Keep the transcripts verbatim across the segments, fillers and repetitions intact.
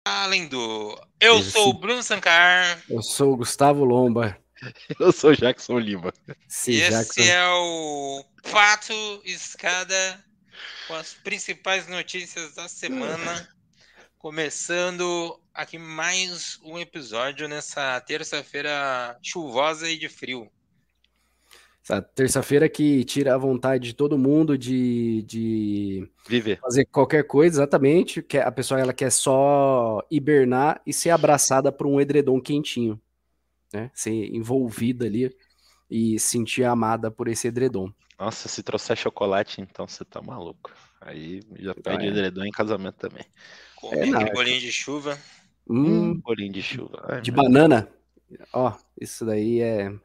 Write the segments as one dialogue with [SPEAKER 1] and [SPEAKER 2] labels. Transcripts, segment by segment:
[SPEAKER 1] Além do... Eu
[SPEAKER 2] Esse-
[SPEAKER 1] sou o Bruno Sancar.
[SPEAKER 2] Eu sou o Gustavo Lomba.
[SPEAKER 3] Eu sou Jackson Lima.
[SPEAKER 2] Sim,
[SPEAKER 1] E esse
[SPEAKER 2] Jackson.
[SPEAKER 1] é o Pato Escada com as principais notícias da semana. Começando aqui mais um episódio nessa terça-feira chuvosa e de frio.
[SPEAKER 2] Essa terça-feira que tira a vontade de todo mundo de, de
[SPEAKER 3] Viver.
[SPEAKER 2] fazer qualquer coisa, exatamente. Que a pessoa ela quer só hibernar e ser abraçada por um edredom quentinho, né? Ser envolvida ali e sentir amada por esse edredom.
[SPEAKER 3] Nossa, se trouxer chocolate, então você tá maluco. Aí já
[SPEAKER 2] Então,
[SPEAKER 3] pede
[SPEAKER 2] é.
[SPEAKER 3] edredom em casamento também.
[SPEAKER 1] Comer
[SPEAKER 2] É, não,
[SPEAKER 1] aquele
[SPEAKER 2] é-
[SPEAKER 1] bolinho de chuva.
[SPEAKER 2] Hum,
[SPEAKER 3] Hum, bolinho de chuva. Ai,
[SPEAKER 2] de
[SPEAKER 3] meu
[SPEAKER 2] banana. Ó, isso daí é.
[SPEAKER 3] Deus.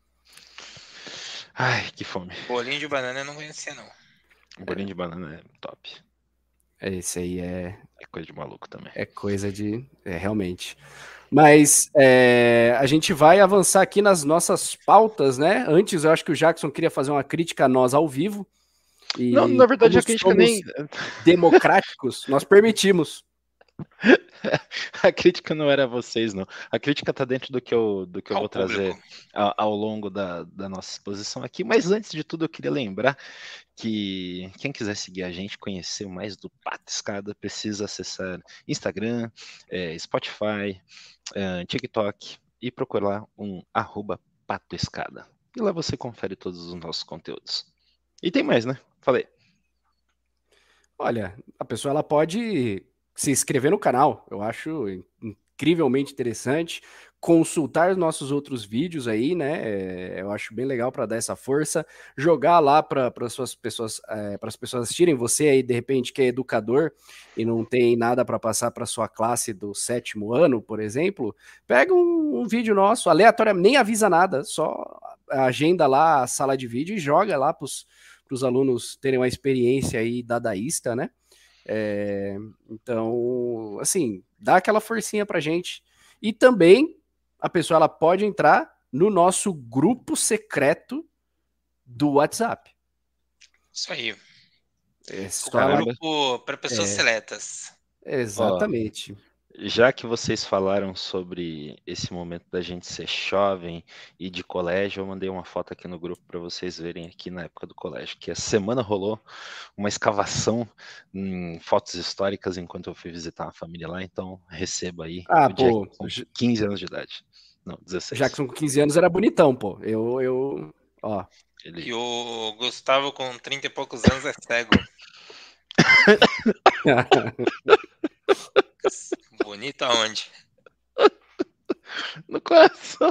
[SPEAKER 3] Ai, que fome.
[SPEAKER 1] Bolinho de banana eu não conhecia, não.
[SPEAKER 3] Bolinho de banana é top.
[SPEAKER 2] é Esse aí é,
[SPEAKER 3] É coisa de maluco também.
[SPEAKER 2] é coisa de. É, realmente. Mas é, a gente vai avançar aqui nas nossas pautas, né? Antes, eu acho que o Jackson queria fazer uma crítica a nós ao vivo. E
[SPEAKER 3] Não, na verdade
[SPEAKER 2] como
[SPEAKER 3] a crítica
[SPEAKER 2] somos
[SPEAKER 3] nem.
[SPEAKER 2] democráticos, nós permitimos.
[SPEAKER 3] A crítica não era a vocês, não. A crítica tá dentro do que eu, do que eu
[SPEAKER 1] Ao
[SPEAKER 3] vou trazer
[SPEAKER 1] público.
[SPEAKER 3] ao, ao longo da, da nossa exposição aqui. Mas antes de tudo, eu queria lembrar que quem quiser seguir a gente, conhecer mais do Pato Escada, precisa acessar Instagram, eh, Spotify, eh, TikTok e procurar um arroba Pato Escada. E lá você confere todos os nossos conteúdos. E tem mais, né? Falei.
[SPEAKER 2] Olha, a pessoa ela pode se inscrever no canal. Eu acho incrivelmente interessante consultar os nossos outros vídeos aí, né? É, eu acho bem legal para dar essa força, jogar lá para as pessoas, é, para as pessoas assistirem. Você aí de repente que é educador e não tem nada para passar para sua classe do sétimo ano, por exemplo, pega um, um vídeo nosso aleatório, nem avisa nada, só agenda lá a sala de vídeo e joga lá para os alunos terem uma experiência aí dadaísta, né? É, então, assim, dá aquela forcinha pra gente. E também a pessoa ela pode entrar no nosso grupo secreto do WhatsApp.
[SPEAKER 1] Isso aí.
[SPEAKER 2] É
[SPEAKER 1] O
[SPEAKER 2] só lá-
[SPEAKER 1] grupo para pessoas
[SPEAKER 2] É.
[SPEAKER 1] seletas.
[SPEAKER 2] Exatamente.
[SPEAKER 3] Já que vocês falaram sobre esse momento da gente ser jovem e de colégio, eu mandei uma foto aqui no grupo para vocês verem aqui na época do colégio, que a semana rolou uma escavação em fotos históricas enquanto eu fui visitar uma família lá, então receba aí
[SPEAKER 2] Ah,
[SPEAKER 3] o dia
[SPEAKER 2] pô,
[SPEAKER 3] com quinze anos de idade. Não, dezesseis.
[SPEAKER 2] Jackson com quinze anos era bonitão, pô. Eu, eu, ó.
[SPEAKER 3] Ele...
[SPEAKER 1] E o Gustavo com trinta e poucos anos é cego. Bonito aonde?
[SPEAKER 3] No coração.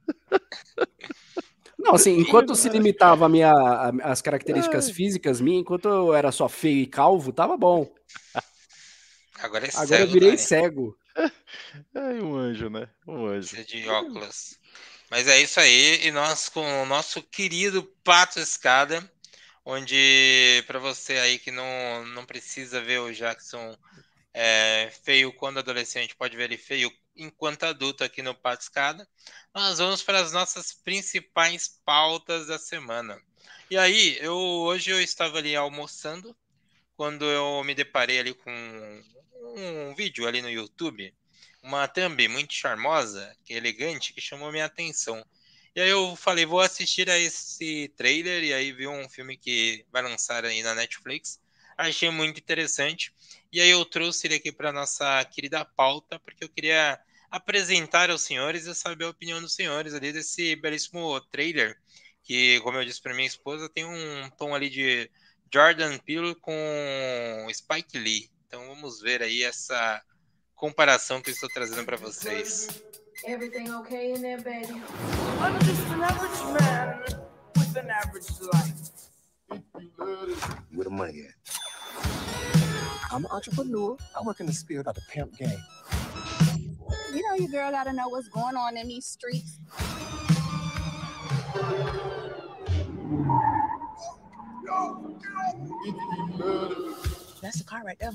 [SPEAKER 2] Não, assim, enquanto se limitava a minha, a- as características
[SPEAKER 3] Ai.
[SPEAKER 2] físicas minhas, enquanto eu era só feio e calvo, tava bom.
[SPEAKER 1] Agora é
[SPEAKER 2] Agora
[SPEAKER 1] cego,
[SPEAKER 2] eu virei
[SPEAKER 1] né?
[SPEAKER 2] cego.
[SPEAKER 3] Ai, um anjo, né? Um anjo.
[SPEAKER 1] Precisa de óculos. Mas é isso aí, e nós com o nosso querido Pato Escada, onde para você aí que não, não precisa ver o Jackson é, feio quando adolescente, pode ver ele feio enquanto adulto aqui no Pato Escada, nós vamos para as nossas principais pautas da semana. E aí, eu hoje eu estava ali almoçando, quando eu me deparei ali com um vídeo ali no YouTube, uma thumb muito charmosa, que é elegante, que chamou minha atenção. E aí eu falei, vou assistir a esse trailer, e aí vi um filme que vai lançar aí na Netflix. Achei muito interessante. E aí eu trouxe ele aqui para nossa querida pauta, porque eu queria apresentar aos senhores e saber a opinião dos senhores ali desse belíssimo trailer, que, como eu disse para minha esposa, tem um tom ali de Jordan Peele com Spike Lee. Então vamos ver aí essa comparação que eu estou trazendo para vocês.
[SPEAKER 4] Everything okay in there, baby?
[SPEAKER 5] I'm just an average man with an average life.
[SPEAKER 6] Where the money at? I'm an entrepreneur. I work in the spirit of the pimp game.
[SPEAKER 7] You know your girl gotta know what's going on in these streets. That's the car right there.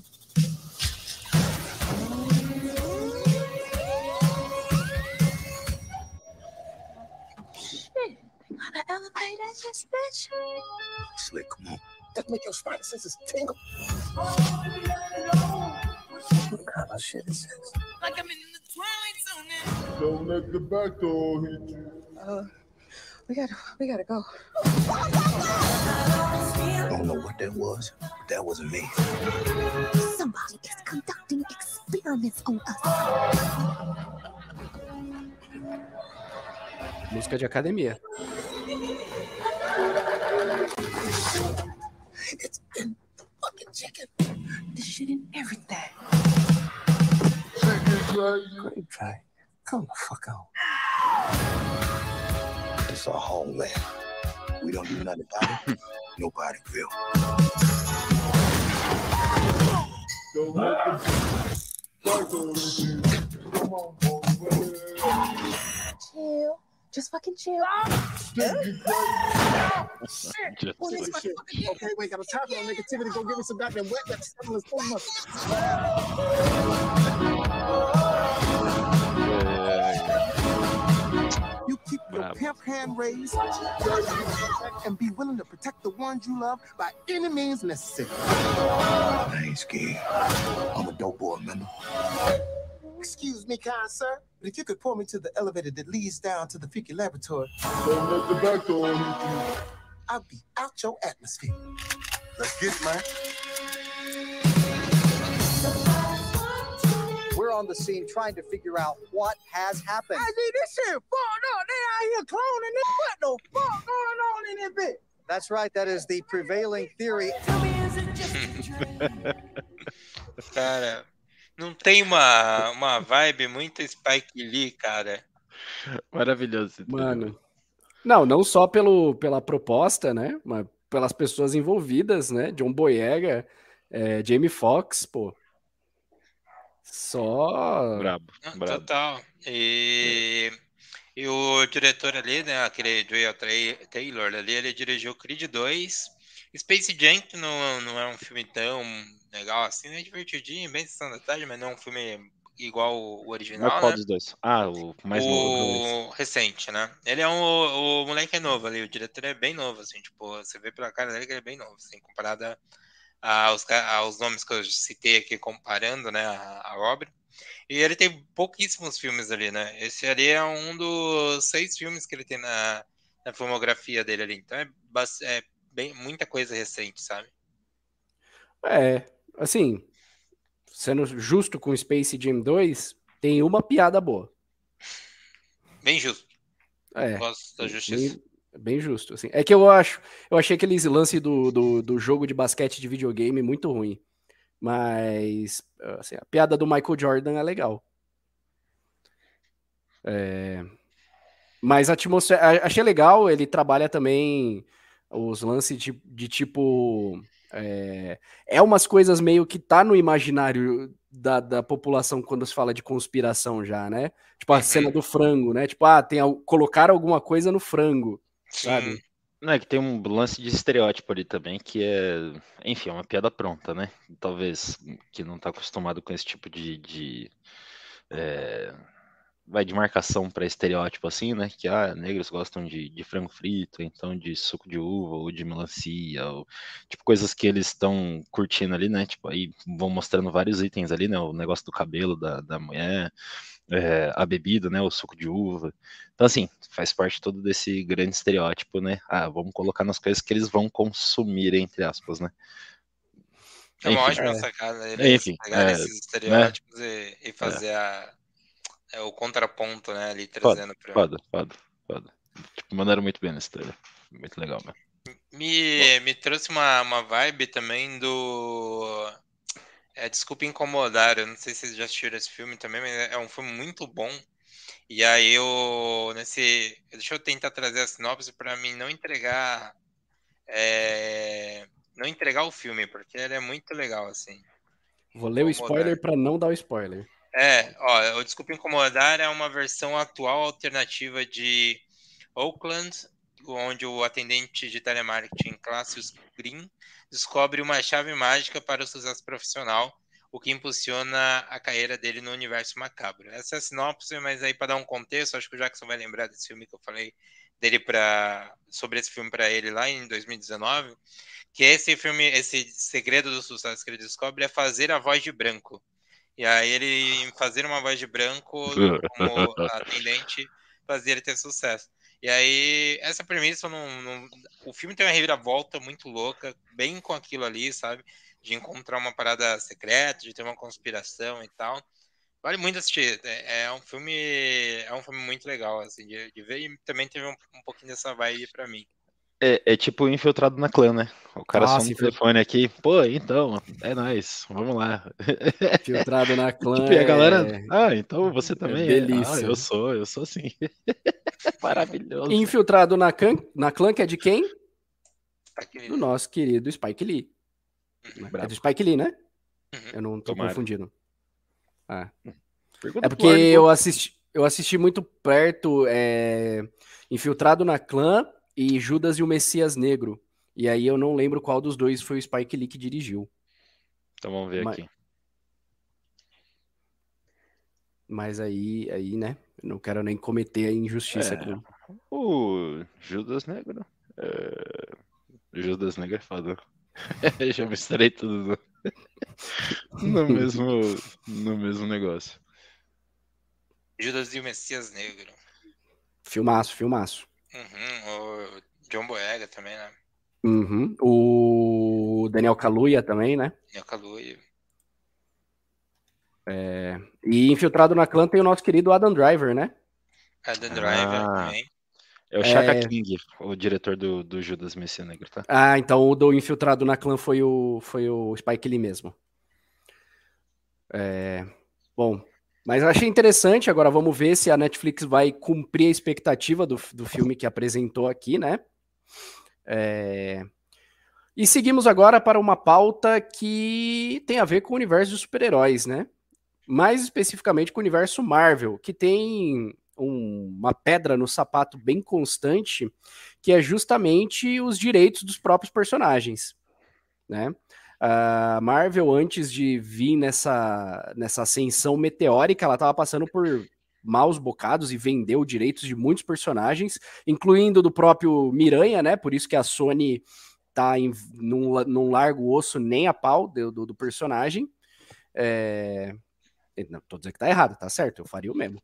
[SPEAKER 7] Shit, they got an elevator in this bitch.
[SPEAKER 6] Slick, come on. That make your spidey senses tingle. What kind of shit is this?
[SPEAKER 5] Like I'm in the twilight zone now.
[SPEAKER 8] Don't let the back door hit you.
[SPEAKER 4] Uh, we gotta, we gotta go.
[SPEAKER 6] I don't know what that was, but that wasn't me.
[SPEAKER 7] Somebody is conducting experiments on us.
[SPEAKER 2] Música de academia.
[SPEAKER 6] It's in the fucking chicken.
[SPEAKER 4] This shit and everything.
[SPEAKER 6] Great try. Come the fuck on. This is our homeland. We don't do nothing about it. Nobody will.
[SPEAKER 8] Don't let the back door hit you. Come on, boy.
[SPEAKER 7] Chill. Just fucking chill.
[SPEAKER 6] Shit. What is my fucking okay, wait, got a top on negativity. Go get me some goddamn wet. That's settle this phone up. You keep your
[SPEAKER 3] Bravo.
[SPEAKER 6] pimp hand raised and be willing to protect the ones you love by any means necessary. I ain't scared. I'm a dope boy, remember? Excuse me, kind sir, but if you could point me to the elevator that leads down to the Fiki laboratory,
[SPEAKER 8] Don't let the back door hit you.
[SPEAKER 6] I'll be out your atmosphere. Let's get it, man.
[SPEAKER 9] We're on the scene trying to figure out what has happened.
[SPEAKER 5] I need this shit fucked up. They out here cloning this. What the fuck going on in this bitch?
[SPEAKER 9] That's right, that is the prevailing theory.
[SPEAKER 5] Tell me, is it just a dream?
[SPEAKER 1] Cara, não tem uma, uma vibe muito Spike Lee, cara.
[SPEAKER 3] Maravilhoso.
[SPEAKER 2] Mano. Não, não só pelo, pela proposta, né? Mas pelas pessoas envolvidas, né? John Boyega, é, Jamie Foxx, pô. Só.
[SPEAKER 3] Brabo,
[SPEAKER 1] Não,
[SPEAKER 3] brabo.
[SPEAKER 1] total. E, e o diretor ali, né? Aquele Joel Tra- Taylor ali, ele dirigiu Creed dois. Space Jam, que não, não é um filme tão legal assim, é divertidinho, bem sessão da tarde, mas não é um filme igual o
[SPEAKER 3] Mas
[SPEAKER 1] original,
[SPEAKER 3] qual
[SPEAKER 1] né?
[SPEAKER 3] dos dois? Ah, o mais novo.
[SPEAKER 1] O recente, né? Ele é um. O moleque é novo ali, o diretor é bem novo, assim, tipo, você vê pela cara dele que ele é bem novo, assim, comparado a- aos, ca- aos nomes que eu citei aqui, comparando, né, a, a obra. E ele tem pouquíssimos filmes ali, né? Esse ali é um dos seis filmes que ele tem na, na filmografia dele ali. Então é, bas- é bem, muita coisa recente, sabe?
[SPEAKER 2] É, assim, sendo justo com Space Jam dois, tem uma piada boa.
[SPEAKER 1] Bem justo.
[SPEAKER 2] É,
[SPEAKER 1] Gosto da justiça.
[SPEAKER 2] bem, bem justo, assim. É que eu acho, eu achei aquele lance do, do, do jogo de basquete de videogame muito ruim. Mas, assim, a piada do Michael Jordan é legal. É, mas a atmosfera, a- achei legal, ele trabalha também os lances de, de tipo. É, é umas coisas meio que tá no imaginário da, da população quando se fala de conspiração já, né? Tipo a
[SPEAKER 1] Uhum.
[SPEAKER 2] cena do frango, né? Tipo, ah, tem, al- colocaram alguma coisa no frango,
[SPEAKER 1] Sim.
[SPEAKER 2] sabe?
[SPEAKER 3] Não, é que tem um lance de estereótipo ali também, que é, enfim, é uma piada pronta, né? Talvez que não tá acostumado com esse tipo de, de é, vai de marcação para estereótipo assim, né? Que ah, negros gostam de, de frango frito, então de suco de uva ou de melancia, ou, tipo coisas que eles estão curtindo ali, né? Tipo aí vão mostrando vários itens ali, né? O negócio do cabelo da, da mulher, é, a bebida, né? O suco de uva. Então assim faz parte todo desse grande estereótipo, né? Ah, vamos colocar nas coisas que eles vão consumir entre aspas, né?
[SPEAKER 1] É uma
[SPEAKER 3] Enfim,
[SPEAKER 1] ótima
[SPEAKER 2] é.
[SPEAKER 1] sacada eles
[SPEAKER 3] Enfim,
[SPEAKER 1] pegarem
[SPEAKER 3] é,
[SPEAKER 1] esses estereótipos e, e fazer a, é, o contraponto, né? Ali
[SPEAKER 3] foda,
[SPEAKER 1] trazendo pra.
[SPEAKER 3] foda, foda, foda. Tipo, mandaram muito bem nessa história. Muito legal, né?
[SPEAKER 1] Me, me trouxe uma, uma vibe também do. É, Desculpa Incomodar. Eu não sei se vocês já assistiram esse filme também, mas é um filme muito bom. E aí eu. Nesse. Deixa eu tentar trazer a sinopse pra mim não entregar. é, Não entregar o filme, porque ele é muito legal, assim.
[SPEAKER 2] Vou ler o
[SPEAKER 1] Incomodar.
[SPEAKER 2] spoiler pra não dar o spoiler.
[SPEAKER 1] É, ó, o Desculpa Incomodar é uma versão atual alternativa de Oakland, onde o atendente de telemarketing Cassius Green descobre uma chave mágica para o sucesso profissional, o que impulsiona a carreira dele no universo macabro. Essa é a sinopse, mas aí para dar um contexto, acho que o Jackson vai lembrar desse filme que eu falei dele para sobre esse filme para ele lá em dois mil e dezenove, que esse filme, esse segredo do sucesso que ele descobre é fazer a voz de branco. E aí ele fazer uma voz de branco como atendente fazia ele ter sucesso. E aí, essa premissa, não, não, o filme tem uma reviravolta muito louca, bem com aquilo ali, sabe? De encontrar uma parada secreta, de ter uma conspiração e tal. Vale muito assistir. É, é um filme é um filme muito legal, assim, de, de ver. E também teve um, um pouquinho dessa vibe pra mim.
[SPEAKER 3] É, é tipo Infiltrado na Clã, né? O cara
[SPEAKER 2] Nossa,
[SPEAKER 3] só no
[SPEAKER 2] infil-
[SPEAKER 3] telefone aqui. Pô, então, é nóis, vamos lá.
[SPEAKER 2] Infiltrado na Clã
[SPEAKER 3] Tipo, e a galera,
[SPEAKER 2] é...
[SPEAKER 3] ah, então você também é?
[SPEAKER 2] delícia.
[SPEAKER 3] Ah, eu sou, eu sou sim. Maravilhoso.
[SPEAKER 2] Infiltrado na Clã, na Clã, que é de quem?
[SPEAKER 1] Aquele-
[SPEAKER 2] Do nosso querido Spike Lee. É
[SPEAKER 3] Brabo.
[SPEAKER 2] do Spike Lee, né?
[SPEAKER 1] Uhum.
[SPEAKER 2] Eu não tô
[SPEAKER 3] Tomara.
[SPEAKER 2] confundindo. Ah.
[SPEAKER 3] Pergunta
[SPEAKER 2] É
[SPEAKER 3] pro
[SPEAKER 2] porque
[SPEAKER 3] Arnold.
[SPEAKER 2] eu assisti, eu assisti muito perto é, Infiltrado na Clã e Judas e o Messias Negro. E aí eu não lembro qual dos dois foi o Spike Lee que dirigiu.
[SPEAKER 3] Então vamos ver
[SPEAKER 2] Mas-
[SPEAKER 3] aqui.
[SPEAKER 2] Mas aí, aí, né? Eu não quero nem cometer a injustiça
[SPEAKER 3] É.
[SPEAKER 2] com.
[SPEAKER 3] O Judas Negro. É... Judas Negro é foda. Já misturei tudo no... no mesmo, no mesmo negócio.
[SPEAKER 1] Judas e o Messias Negro.
[SPEAKER 2] Filmaço, filmaço.
[SPEAKER 1] Uhum. O John Boyega também, né?
[SPEAKER 2] Uhum. O Daniel Kaluuya também, né?
[SPEAKER 1] E a Kaluuya.
[SPEAKER 2] E Infiltrado na Clã tem o nosso querido Adam Driver, né?
[SPEAKER 1] Adam Driver
[SPEAKER 3] Ah.
[SPEAKER 1] também.
[SPEAKER 3] É o Chaka
[SPEAKER 2] É.
[SPEAKER 3] King, o diretor do, do Judas Messias Negro, tá?
[SPEAKER 2] Ah, então o do Infiltrado na Clã foi o, foi o Spike Lee mesmo. É, bom, mas eu achei interessante. Agora vamos ver se a Netflix vai cumprir a expectativa do, do filme que apresentou aqui, né? É, e seguimos agora para uma pauta que tem a ver com o universo dos super-heróis, né? Mais especificamente com o universo Marvel, que tem um- uma pedra no sapato bem constante, que é justamente os direitos dos próprios personagens, né? A Marvel, antes de vir nessa, nessa ascensão meteórica, ela estava passando por maus bocados e vendeu direitos de muitos personagens, incluindo do próprio Miranha, né? Por isso que a Sony tá em, num, la- num largo osso nem a pau do, do, do personagem. É... Não tô dizendo que tá errado, tá certo, eu faria o mesmo.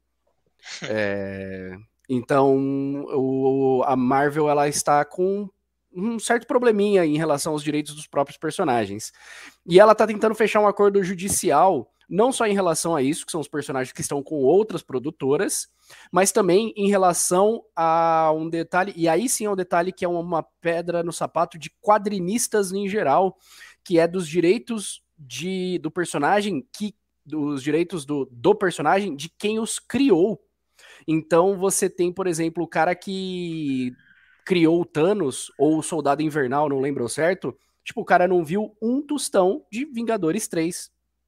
[SPEAKER 2] É, então, o- a Marvel ela está com um certo probleminha em relação aos direitos dos próprios personagens. E ela está tentando fechar um acordo judicial, não só em relação a isso, que são os personagens que estão com outras produtoras, mas também em relação a um detalhe, e aí sim é um detalhe que é uma pedra no sapato de quadrinistas em geral, que é dos direitos de, do personagem, que dos direitos do, do personagem de quem os criou. Então você tem, por exemplo, o cara que criou o Thanos ou o Soldado Invernal, não lembro certo? Tipo, o cara não viu um tostão de Vingadores três.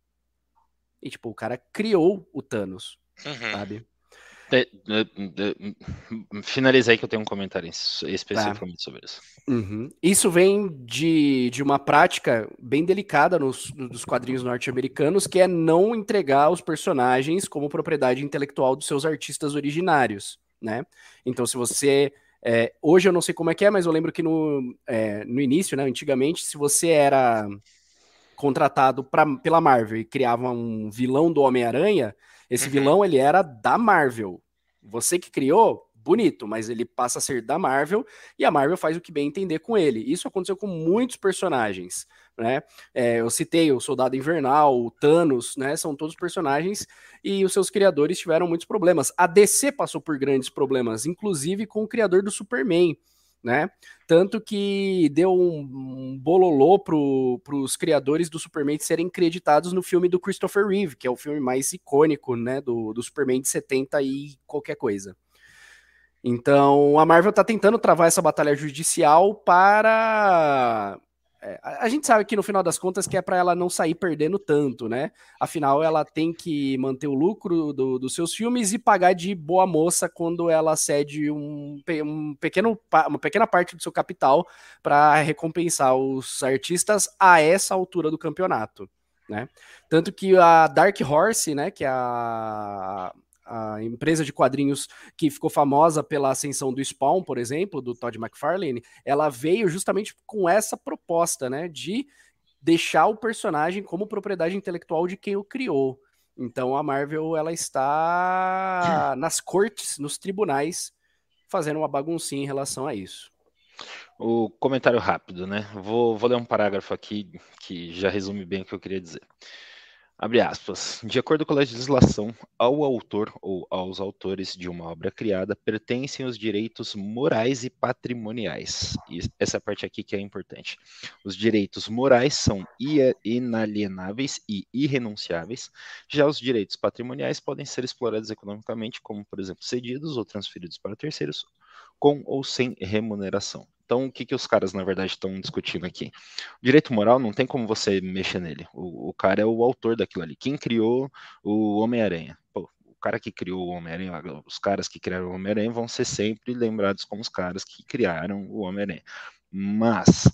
[SPEAKER 2] E tipo, o cara criou o Thanos,
[SPEAKER 1] Uhum.
[SPEAKER 2] sabe?
[SPEAKER 3] De- de- de- Finaliza aí que eu tenho um comentário es- especificamente sobre isso.
[SPEAKER 2] Uhum. Isso vem de, de uma prática bem delicada nos, dos quadrinhos norte-americanos, que é não entregar os personagens como propriedade intelectual dos seus artistas originários, né? Então, se você... é, hoje eu não sei como é que é, mas eu lembro que no, é, no início, né, antigamente, se você era contratado pra, pela Marvel e criava um vilão do Homem-Aranha, esse
[SPEAKER 1] Uhum.
[SPEAKER 2] vilão ele era da Marvel. Você que criou, bonito, mas ele passa a ser da Marvel e a Marvel faz o que bem entender com ele. Isso aconteceu com muitos personagens, né? É, eu citei o Soldado Invernal, o Thanos, né? São todos personagens e os seus criadores tiveram muitos problemas. A D C passou por grandes problemas, inclusive com o criador do Superman, né? Tanto que deu um, um bololô para os criadores do Superman serem creditados no filme do Christopher Reeve, que é o filme mais icônico, né, do, do Superman de setenta e qualquer coisa. Então, a Marvel tá tentando travar essa batalha judicial para... é, a, a gente sabe que no final das contas que é para ela não sair perdendo tanto, né? Afinal, ela tem que manter o lucro do, dos seus filmes e pagar de boa moça quando ela cede um, pe- um pequeno, pa- uma pequena parte do seu capital para recompensar os artistas a essa altura do campeonato, né? Tanto que a Dark Horse, né, que é a... a empresa de quadrinhos que ficou famosa pela ascensão do Spawn, por exemplo, do Todd McFarlane, ela veio justamente com essa proposta, né, de deixar o personagem como propriedade intelectual de quem o criou. Então a Marvel ela está nas cortes, nos tribunais, fazendo uma baguncinha em relação a isso.
[SPEAKER 3] O comentário rápido, né? Vou, vou ler um parágrafo aqui que já resume bem o que eu queria dizer. Abre aspas. De acordo com a legislação, ao autor ou aos autores de uma obra criada pertencem os direitos morais e patrimoniais. E essa parte aqui que é importante. Os direitos morais são inalienáveis e irrenunciáveis. Já os direitos patrimoniais podem ser explorados economicamente, como, por exemplo, cedidos ou transferidos para terceiros, com ou sem remuneração. Então, o que, que os caras, na verdade, estão discutindo aqui? O direito moral não tem como você mexer nele. O, o cara é o autor daquilo ali. Quem criou o Homem-Aranha? Pô, o cara que criou o Homem-Aranha, os caras que criaram o Homem-Aranha vão ser sempre lembrados como os caras que criaram o Homem-Aranha. Mas,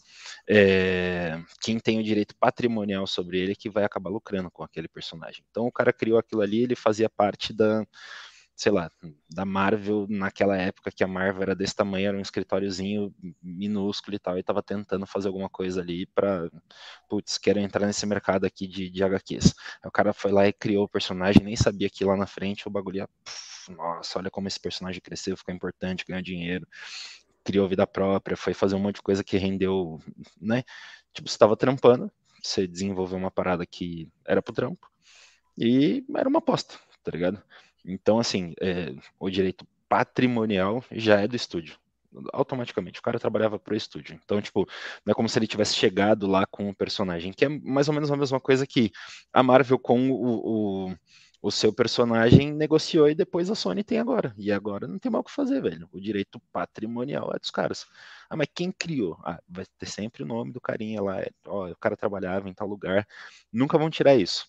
[SPEAKER 3] é, quem tem o direito patrimonial sobre ele é que vai acabar lucrando com aquele personagem. Então, o cara criou aquilo ali, ele fazia parte da... sei lá, da Marvel naquela época que a Marvel era desse tamanho, era um escritóriozinho minúsculo e tal, e tava tentando fazer alguma coisa ali pra, putz, quero entrar nesse mercado aqui de, de H Qs. Aí o cara foi lá e criou o personagem, nem sabia que lá na frente o bagulho ia, puf, nossa, olha como esse personagem cresceu, ficou importante, ganhou dinheiro, criou vida própria, foi fazer um monte de coisa que rendeu, né, tipo, você tava trampando, você desenvolveu uma parada que era pro trampo, e era uma aposta, tá ligado? Então, assim, é, o direito patrimonial já é do estúdio. Automaticamente, o cara trabalhava pro estúdio. Então, tipo, não é como se ele tivesse chegado lá com o personagem, que é mais ou menos a mesma coisa que a Marvel com o, o, o seu personagem negociou e depois a Sony tem agora. E agora não tem mais o que fazer, velho. O direito patrimonial é dos caras. Ah, mas quem criou? Ah, vai ter sempre o nome do carinha lá. É, ó, o cara trabalhava em tal lugar. Nunca vão tirar isso.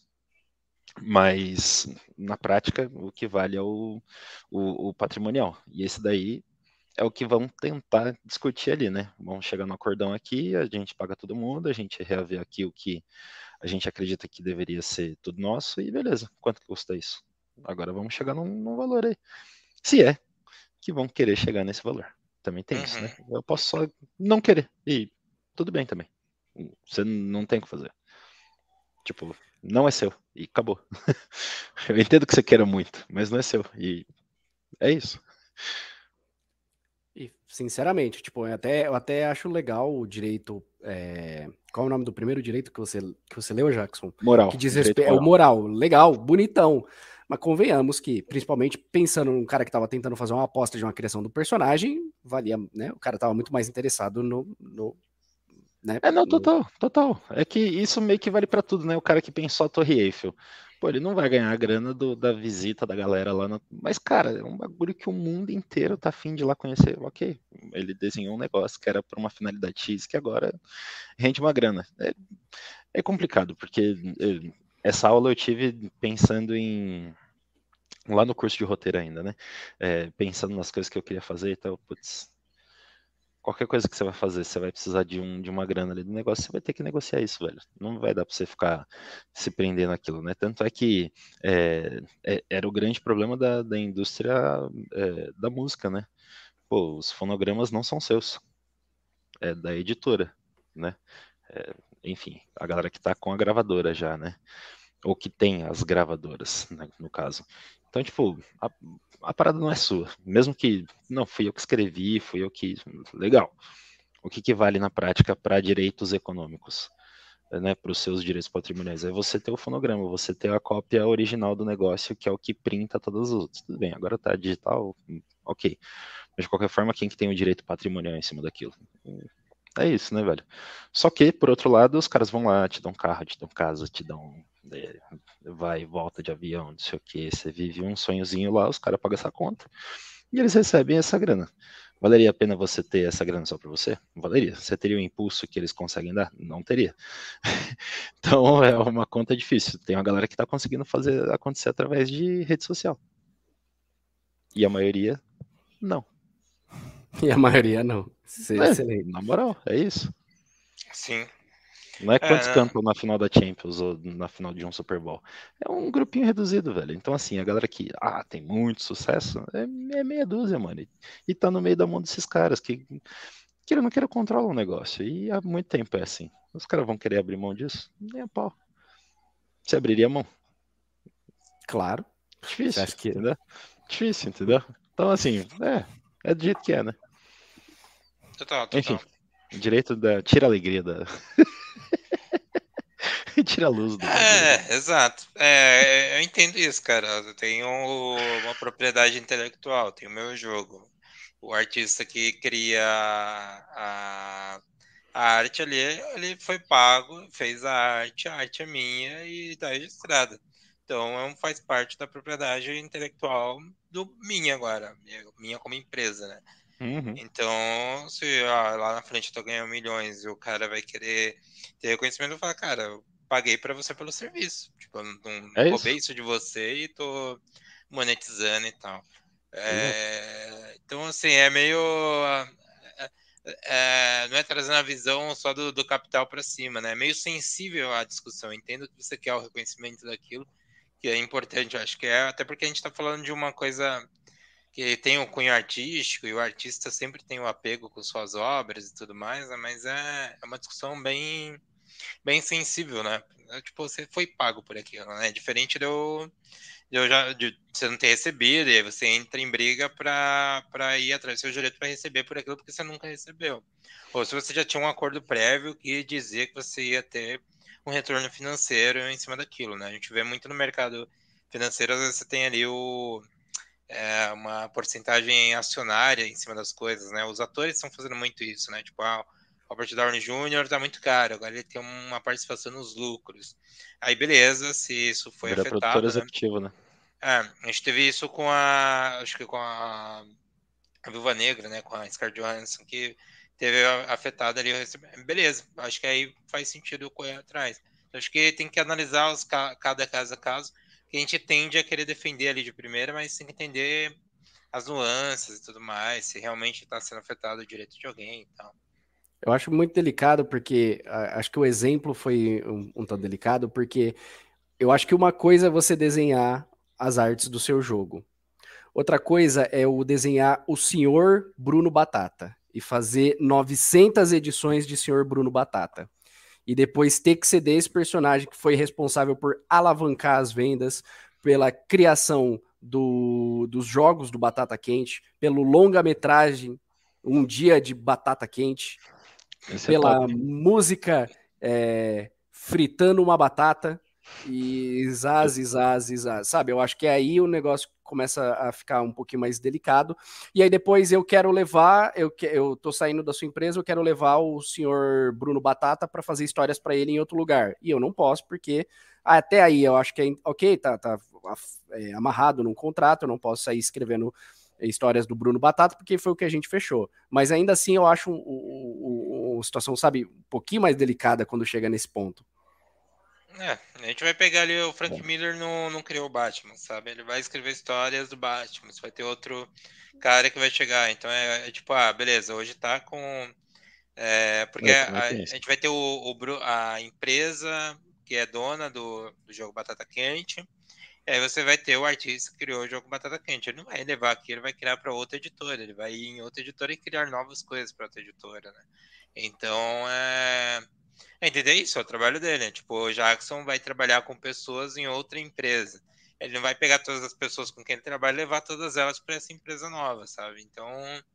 [SPEAKER 3] Mas, na prática, o que vale é o, o, o patrimonial. E esse daí é o que vão tentar discutir ali, né? Vamos chegar no acordão aqui, a gente paga todo mundo, a gente reavê aqui o que a gente acredita que deveria ser tudo nosso e beleza. Quanto que custa isso? Agora vamos chegar num, num valor aí. Se é que vão querer chegar nesse valor. Também tem uhum. isso, né? Eu posso só não querer. E tudo bem também. Você não tem o que fazer. Tipo, não é seu. E acabou. Eu entendo que você queira muito, mas não é seu. E é isso.
[SPEAKER 2] E, sinceramente, tipo, eu até, eu até acho legal o direito. É... Qual é o nome do primeiro direito que você, que você leu, Jackson?
[SPEAKER 3] Moral.
[SPEAKER 2] Que diz respeito. É o moral. Legal, bonitão. Mas convenhamos que, principalmente pensando num cara que estava tentando fazer uma aposta de uma criação do personagem, valia, né? O cara estava muito mais interessado no. no né?
[SPEAKER 3] É, não, total, total. É que isso meio que vale pra tudo, né? O cara que pensou a Torre Eiffel. Pô, ele não vai ganhar a grana do, da visita da galera lá. No... Mas, cara, é um bagulho que o mundo inteiro tá afim de ir lá conhecer. Ok, ele desenhou um negócio que era pra uma finalidade X, que agora rende uma grana. É, é complicado, porque eu, essa aula eu tive pensando em... Lá no curso de roteiro ainda, né? É, pensando nas coisas que eu queria fazer e tal, putz... Qualquer coisa que você vai fazer, você vai precisar de, um, de uma grana ali do negócio, você vai ter que negociar isso, velho. Não vai dar pra você ficar se prendendo naquilo, né? Tanto é que é, é, era o grande problema da, da indústria é, da música, né? Pô, os fonogramas não são seus. É da editora, né? É, enfim, a galera que tá com a gravadora já, né? Ou que tem as gravadoras, né, no caso. Então, tipo, a, a parada não é sua. Mesmo que, não, fui eu que escrevi, fui eu que... Legal. O que, que vale na prática para direitos econômicos? Né, para os seus direitos patrimoniais? É você ter o fonograma, você ter a cópia original do negócio, que é o que printa todos os outros. Tudo bem, agora tá digital, ok. Mas de qualquer forma, quem que tem o direito patrimonial em cima daquilo? É isso, né, velho? Só que, por outro lado, os caras vão lá, te dão carro, te dão casa, te dão... vai e volta de avião, não sei o que, você vive um sonhozinho lá, os caras pagam essa conta e eles recebem essa grana. Valeria a pena você ter essa grana só para você? Não valeria. Você teria o impulso que eles conseguem dar? Não teria. Então é uma conta difícil. Tem uma galera que está conseguindo fazer acontecer através de rede social. E a maioria, não.
[SPEAKER 2] E a maioria não.
[SPEAKER 3] É, na moral, é isso.
[SPEAKER 1] Sim.
[SPEAKER 3] Não é quantos
[SPEAKER 1] é,
[SPEAKER 3] cantam na final da Champions ou na final de um Super Bowl. É um grupinho reduzido, velho. Então, assim, a galera que ah, tem muito sucesso é, é meia dúzia, mano. E tá no meio da mão desses caras que, que não querem controlar o negócio. E há muito tempo é assim. Os caras vão querer abrir mão disso? Nem a pau. Você abriria a mão?
[SPEAKER 2] Claro. Você
[SPEAKER 3] Difícil,
[SPEAKER 2] acha que...
[SPEAKER 3] entendeu? Difícil, entendeu? Então, assim, é, é do jeito que é, né?
[SPEAKER 1] Total, total.
[SPEAKER 3] Enfim, direito da... Tira a alegria da... Tira a luz do bagulho.
[SPEAKER 1] É, exato. É, eu entendo isso, cara. Eu tenho uma propriedade intelectual, tenho o meu jogo. O artista que cria a, a arte ali, ele foi pago, fez a arte, a arte é minha e tá registrada. Então, é um- faz parte da propriedade intelectual do minha agora, minha, minha como empresa, né?
[SPEAKER 3] Uhum.
[SPEAKER 1] Então, se ah, lá na frente eu tô ganhando milhões e o cara vai querer ter reconhecimento, eu falo, cara, eu paguei pra você pelo serviço. Tipo, eu não
[SPEAKER 3] É
[SPEAKER 1] roubei
[SPEAKER 3] isso.
[SPEAKER 1] isso de você e tô monetizando e tal.
[SPEAKER 3] Exato.
[SPEAKER 1] É, então, assim, é meio. é, é, não é trazendo a visão só do, do capital para cima, né? É meio sensível à discussão. Eu entendo que você quer o reconhecimento daquilo, que é importante, eu acho que é, até porque a gente está falando de uma coisa que tem um cunho artístico e o artista sempre tem o um apego com suas obras e tudo mais, né? Mas é, é uma discussão bem, bem sensível, né? É, tipo, você foi pago por aquilo, né? Diferente de eu, de eu já de você não ter recebido, e aí você entra em briga para para ir atrás do seu direito para receber por aquilo porque você nunca recebeu. Ou se você já tinha um acordo prévio que dizia que você ia ter um retorno financeiro em cima daquilo, né? A gente vê muito no mercado financeiro, às vezes você tem ali o é, uma porcentagem acionária em cima das coisas, né? Os atores estão fazendo muito isso, né? Tipo, ah, o Robert Downey júnior tá muito caro, agora ele tem uma participação nos lucros. Aí, beleza, se isso foi
[SPEAKER 3] Vira produtor
[SPEAKER 1] afetado, né?
[SPEAKER 3] executivo, né?
[SPEAKER 1] É, a gente teve isso com a, acho que com a, a Viúva Negra, né? Com a Scarlett Johansson, que teve afetado ali o recebimento. Beleza, acho que aí faz sentido eu correr atrás. Então, acho que tem que analisar os, cada caso a caso, que a gente tende a querer defender ali de primeira, mas tem que entender as nuances e tudo mais, se realmente está sendo afetado o direito de alguém e tal.
[SPEAKER 2] Eu acho muito delicado porque a- acho que o exemplo foi um, um tanto delicado porque eu acho que uma coisa é você desenhar as artes do seu jogo. Outra coisa é o desenhar o senhor Bruno Batata e fazer novecentas edições de senhor Bruno Batata. E depois ter que ceder esse personagem que foi responsável por alavancar as vendas, pela criação do, dos jogos do Batata Quente, pelo longa-metragem Um Dia de Batata Quente,
[SPEAKER 3] Esse é
[SPEAKER 2] pela
[SPEAKER 3] top.
[SPEAKER 2] música é, Fritando uma Batata e zaz, zaz, zaz, sabe? Eu acho que aí o negócio começa a ficar um pouquinho mais delicado. E aí depois eu quero levar, eu, que, eu tô saindo da sua empresa, eu quero levar o senhor Bruno Batata para fazer histórias para ele em outro lugar. E eu não posso, porque até aí eu acho que é ok, tá, tá é, amarrado num contrato, eu não posso sair escrevendo histórias do Bruno Batata, porque foi o que a gente fechou. Mas ainda assim eu acho uma situação, sabe, um pouquinho mais delicada quando chega nesse ponto.
[SPEAKER 1] É, a gente vai pegar ali, o Frank Miller não, não criou o Batman, sabe? Ele vai escrever histórias do Batman, você vai ter outro cara que vai chegar. Então é, é tipo, ah, beleza, hoje tá com... É, porque
[SPEAKER 3] É,
[SPEAKER 1] a, a
[SPEAKER 3] tem isso.
[SPEAKER 1] gente vai ter o, o, a empresa que é dona do, do jogo Batata Quente, e aí você vai ter o artista que criou o jogo Batata Quente. Ele não vai levar aqui, ele vai criar para outra editora, ele vai ir em outra editora e criar novas coisas para outra editora, né? Então, é... é entender isso, é o trabalho dele, né? Tipo, o Jackson vai trabalhar com pessoas em outra empresa. Ele não vai pegar todas as pessoas com quem ele trabalha e levar todas elas para essa empresa nova, sabe? Então,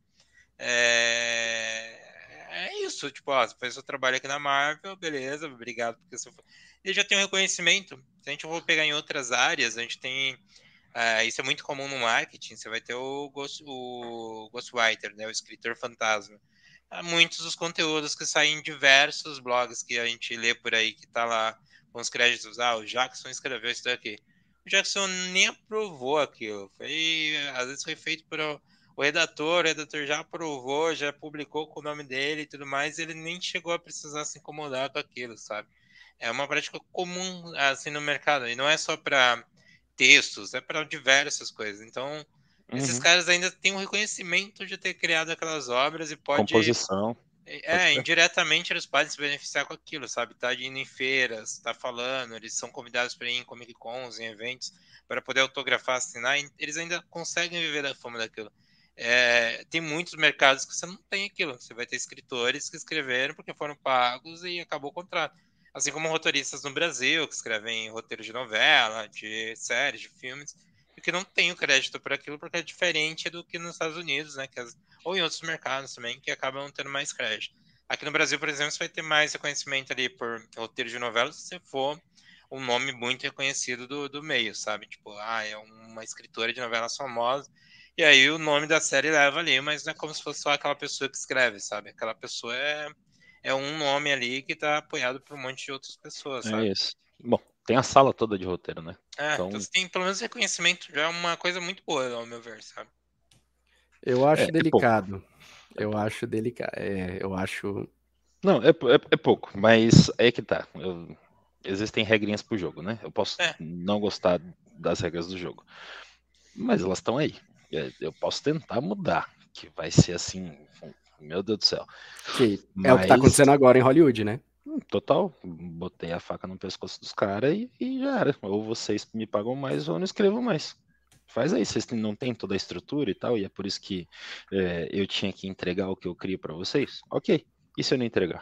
[SPEAKER 1] é... é isso. Tipo, ó, você fez seu trabalho aqui na Marvel, beleza, obrigado porque você foi... Ele já tem um reconhecimento. Se a gente for pegar em outras áreas, a gente tem... Uh, isso é muito comum no marketing. Você vai ter o, ghost, o Ghostwriter, né? O escritor fantasma. Há muitos dos conteúdos que saem em diversos blogs que a gente lê por aí, que tá lá com os créditos. Ah, o Jackson escreveu isso daqui. O Jackson nem aprovou aquilo. Foi, às vezes foi feito por o redator, o redator já aprovou, já publicou com o nome dele e tudo mais, e ele nem chegou a precisar se incomodar com aquilo, sabe? É uma prática comum assim no mercado, e não é só para textos, é para diversas coisas. Então, uhum. esses caras ainda têm um reconhecimento de ter criado aquelas obras e pode...
[SPEAKER 3] Composição.
[SPEAKER 1] É, pode indiretamente eles podem se beneficiar com aquilo, sabe? Tá indo em feiras, tá falando, eles são convidados para ir em Comic Cons, em eventos, para poder autografar, assinar, eles ainda conseguem viver da fama daquilo. É, tem muitos mercados que você não tem aquilo. Você vai ter escritores que escreveram porque foram pagos e acabou o contrato. Assim como roteiristas no Brasil, que escrevem roteiros de novela, de séries, de filmes, e que não tem o crédito por aquilo, porque é diferente do que nos Estados Unidos, né? Que as, ou em outros mercados também, que acabam tendo mais crédito. Aqui no Brasil, por exemplo, você vai ter mais reconhecimento ali por roteiro de novela se você for um nome muito reconhecido do, do meio, sabe? Tipo, ah, é uma escritora de novelas famosa, e aí o nome da série leva ali, mas não é como se fosse só aquela pessoa que escreve, sabe? Aquela pessoa é, é um nome ali que tá apoiado por um monte de outras pessoas, sabe?
[SPEAKER 3] É isso. Bom, tem a sala toda de roteiro, né?
[SPEAKER 1] É,
[SPEAKER 3] Então,
[SPEAKER 1] então você tem pelo menos reconhecimento, já é uma coisa muito boa, ao meu ver, sabe?
[SPEAKER 2] Eu acho
[SPEAKER 3] É, é
[SPEAKER 2] delicado.
[SPEAKER 3] É
[SPEAKER 2] eu
[SPEAKER 3] pouco.
[SPEAKER 2] acho delicado. É, eu acho.
[SPEAKER 3] Não, é, é, é pouco, mas aí que tá. Eu- existem regrinhas pro jogo, né? Eu posso
[SPEAKER 1] É.
[SPEAKER 3] não gostar das regras do jogo, mas elas estão aí. É, Eu posso tentar mudar, que vai ser assim, meu Deus do céu.
[SPEAKER 2] Que é o que tá
[SPEAKER 3] Mas,
[SPEAKER 2] acontecendo agora em Hollywood, né?
[SPEAKER 3] hum, total, botei a faca no pescoço dos caras e, e já era. Ou vocês me pagam mais ou eu não escrevo mais. Faz aí, vocês têm- não têm toda a estrutura e tal, e é por isso que é, eu tinha que entregar o que eu crio pra vocês. Ok, e se eu não entregar?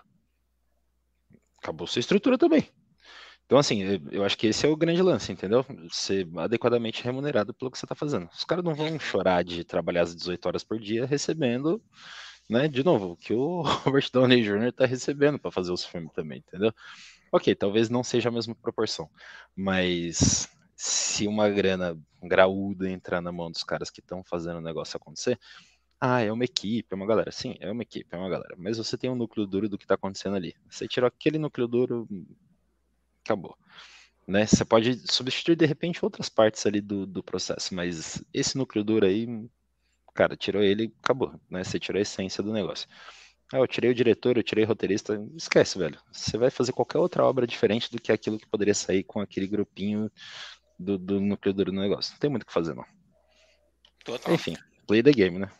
[SPEAKER 3] Acabou sua estrutura também. Então, assim, eu- eu acho que esse é o grande lance, entendeu? Ser adequadamente remunerado pelo que você tá fazendo. Os caras não vão chorar de trabalhar as dezoito horas por dia recebendo, né, de novo, o que o Robert Downey Júnior tá recebendo pra fazer os filmes também, entendeu? Ok, talvez não seja a mesma proporção, mas se uma grana graúda entrar na mão dos caras que estão fazendo o negócio acontecer, ah, é uma equipe, é uma galera. Sim, é uma equipe, é uma galera. Mas você tem um núcleo duro do que tá acontecendo ali. Você tirou aquele núcleo duro, acabou. Né? Você pode substituir de repente outras partes ali do, do processo, mas esse núcleo duro aí, cara, tirou ele, acabou, né? Você tirou a essência do negócio. Ah, eu tirei o diretor, eu tirei o roteirista, esquece, velho. Você vai fazer qualquer outra obra diferente do que aquilo que poderia sair com aquele grupinho do, do núcleo duro do negócio. Não tem muito o que fazer, não.
[SPEAKER 1] Total.
[SPEAKER 3] Enfim, play the game, né?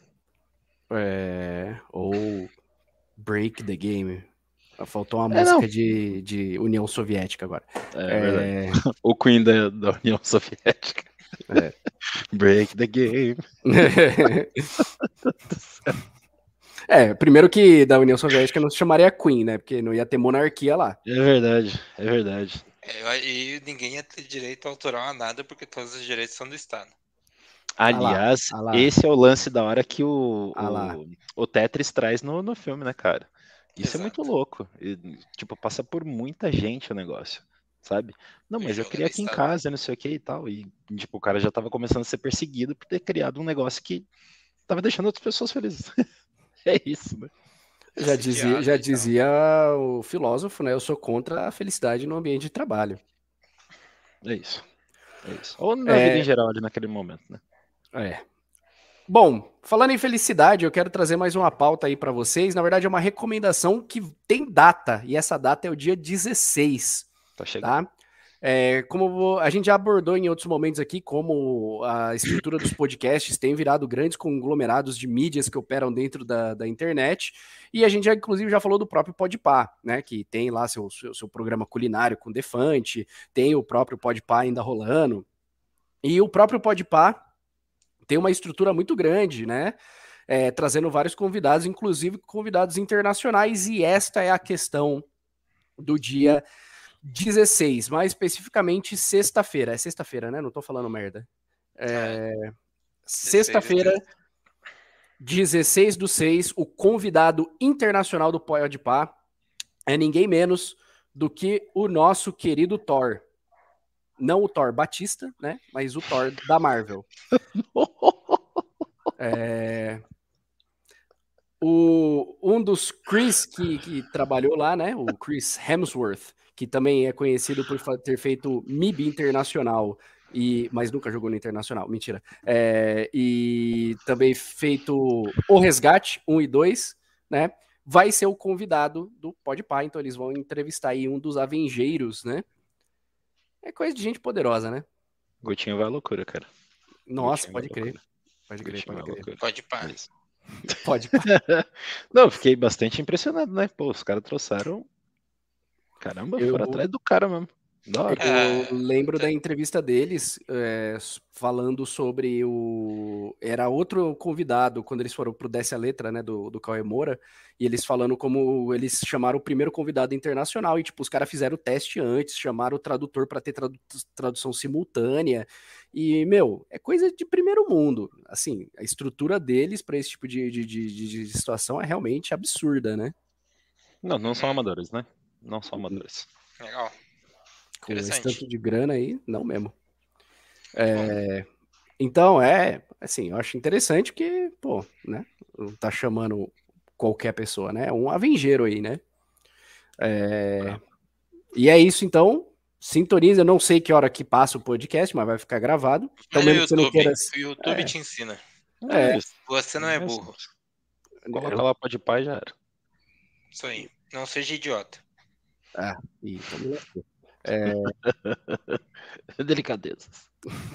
[SPEAKER 2] É, ou Break the Game. Faltou uma
[SPEAKER 3] É, não.
[SPEAKER 2] música de, de União Soviética agora.
[SPEAKER 3] É, verdade. O Queen da, da União Soviética.
[SPEAKER 2] É.
[SPEAKER 3] Break the game.
[SPEAKER 2] É, primeiro que da União Soviética não se chamaria Queen, né? Porque não ia ter monarquia lá.
[SPEAKER 3] É verdade, é verdade.
[SPEAKER 1] É, e ninguém ia ter direito autoral a nada, porque todos os direitos são do Estado.
[SPEAKER 3] Aliás,
[SPEAKER 2] ah lá.
[SPEAKER 3] esse é o lance da hora que o,
[SPEAKER 2] Ah lá.
[SPEAKER 3] o, o Tetris traz no, no filme, né, cara? Isso
[SPEAKER 1] Exato.
[SPEAKER 3] é muito louco. E, tipo, passa por muita gente o negócio, sabe? Não,
[SPEAKER 1] O
[SPEAKER 3] mas eu
[SPEAKER 1] jogo
[SPEAKER 3] queria
[SPEAKER 1] é do
[SPEAKER 3] aqui em
[SPEAKER 1] Estado.
[SPEAKER 3] casa, não sei o que e tal. E, tipo, o cara já tava começando a ser perseguido por ter criado um negócio que tava deixando outras pessoas felizes. É isso, né?
[SPEAKER 2] Já dizia, já dizia o filósofo, né? Eu sou contra a felicidade no ambiente de trabalho.
[SPEAKER 3] É isso. É isso. Ou na
[SPEAKER 2] É...
[SPEAKER 3] vida em geral ali naquele momento, né?
[SPEAKER 2] É. Bom, falando em felicidade, eu quero trazer mais uma pauta aí para vocês. Na verdade, é uma recomendação que tem data, e essa data é o dia dezesseis.
[SPEAKER 3] Tá chegando.
[SPEAKER 2] Tá? É, como a gente já abordou em outros momentos aqui, como a estrutura dos podcasts tem virado grandes conglomerados de mídias que operam dentro da, da internet, e a gente já, inclusive, já falou do próprio Podpah, né, que tem lá seu, seu, seu programa culinário com Defante, tem o próprio Podpah ainda rolando, e o próprio Podpah tem uma estrutura muito grande, né, é, trazendo vários convidados, inclusive convidados internacionais, e esta é a questão do dia dezesseis, mais especificamente sexta-feira. É sexta-feira, né? Não tô falando merda. É... Sexta-feira, dezesseis do seis, o convidado internacional do Podpah é ninguém menos do que o nosso querido Thor. Não o Thor Batista, né? Mas o Thor da Marvel. É... O... Um dos Chris que, que trabalhou lá, né? O Chris Hemsworth, que também é conhecido por ter feito M I B Internacional, e, mas nunca jogou no Internacional, mentira. É, e também feito O Resgate um e dois, né? Vai ser o convidado do Podpah, então eles vão entrevistar aí um dos Avengeiros, né? É coisa de gente poderosa, né?
[SPEAKER 3] Gotinho vai à loucura, cara.
[SPEAKER 2] Nossa,
[SPEAKER 3] Gotinho
[SPEAKER 2] pode
[SPEAKER 3] vai à
[SPEAKER 2] crer.
[SPEAKER 3] loucura.
[SPEAKER 2] Pode crer,
[SPEAKER 3] Gotinho
[SPEAKER 2] pode
[SPEAKER 3] vai à
[SPEAKER 2] crer.
[SPEAKER 3] loucura.
[SPEAKER 1] Pode pá.
[SPEAKER 3] Isso.
[SPEAKER 2] Pode pá.
[SPEAKER 3] Não, fiquei bastante impressionado, né? Pô, os caras trouxeram. Caramba,
[SPEAKER 2] Eu-
[SPEAKER 3] foram atrás do cara mesmo. Da hora.
[SPEAKER 1] É,
[SPEAKER 2] Eu lembro
[SPEAKER 1] tá-
[SPEAKER 2] da entrevista deles é, s- falando sobre o. Era outro convidado, quando eles foram pro Desce a Letra, né, do, do Cauê Moura, e eles falando como eles chamaram o primeiro convidado internacional, e tipo, os caras fizeram o teste antes, chamaram o tradutor para ter tradu- tradução simultânea, e, meu, é coisa de primeiro mundo. Assim, a estrutura deles para esse tipo de, de, de, de- de situação é realmente absurda, né?
[SPEAKER 3] Não, não são
[SPEAKER 1] Uhum.
[SPEAKER 3] amadores, né? Não são amadores.
[SPEAKER 1] Legal.
[SPEAKER 2] Com esse
[SPEAKER 1] Interessante.
[SPEAKER 2] tanto de grana aí, não mesmo.
[SPEAKER 1] Muito bom.
[SPEAKER 2] É, então, é, assim, eu acho interessante que, pô, né, não tá chamando qualquer pessoa, né, é um avengeiro aí, né. É, e é isso, então, sintoniza, eu não sei que hora que passa o podcast, mas vai ficar gravado. Então,
[SPEAKER 1] Vai no
[SPEAKER 2] mesmo que você não
[SPEAKER 1] YouTube.
[SPEAKER 2] queira...
[SPEAKER 1] O YouTube
[SPEAKER 2] É,
[SPEAKER 1] te ensina.
[SPEAKER 2] é,
[SPEAKER 3] isso.
[SPEAKER 1] Você não é
[SPEAKER 3] É
[SPEAKER 1] burro.
[SPEAKER 3] assim. Coloca lá, pode pai já era.
[SPEAKER 1] Isso aí. Não seja idiota.
[SPEAKER 2] ah, ih, então me lascou.
[SPEAKER 3] Delicadezas.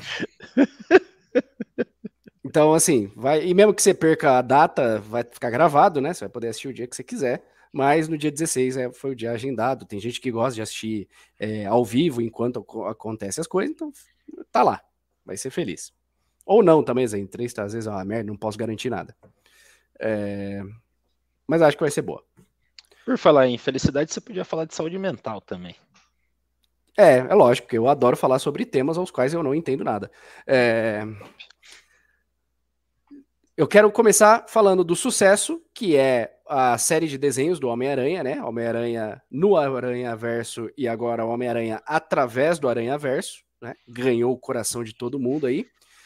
[SPEAKER 2] Então, assim, vai. E mesmo que você perca a data, vai ficar gravado, né? Você vai poder assistir o dia que você quiser. Mas no dia dezesseis é, foi o dia agendado. Tem gente que gosta de assistir é, ao vivo enquanto ac- acontecem as coisas, então tá lá. Vai ser feliz. Ou não também, Zé. Em três, tá, às vezes é uma merda, não posso garantir nada. É, mas acho que vai ser boa.
[SPEAKER 3] Por falar em felicidade, você podia falar de saúde mental também.
[SPEAKER 2] É, é lógico, porque eu adoro falar sobre temas aos quais eu não entendo nada. É, Eu quero começar falando do sucesso, que é a série de desenhos do Homem-Aranha, né? Homem-Aranha no Aranha-Verso e agora o Homem-Aranha através do Aranha-Verso, né? Ganhou o coração de todo mundo aí.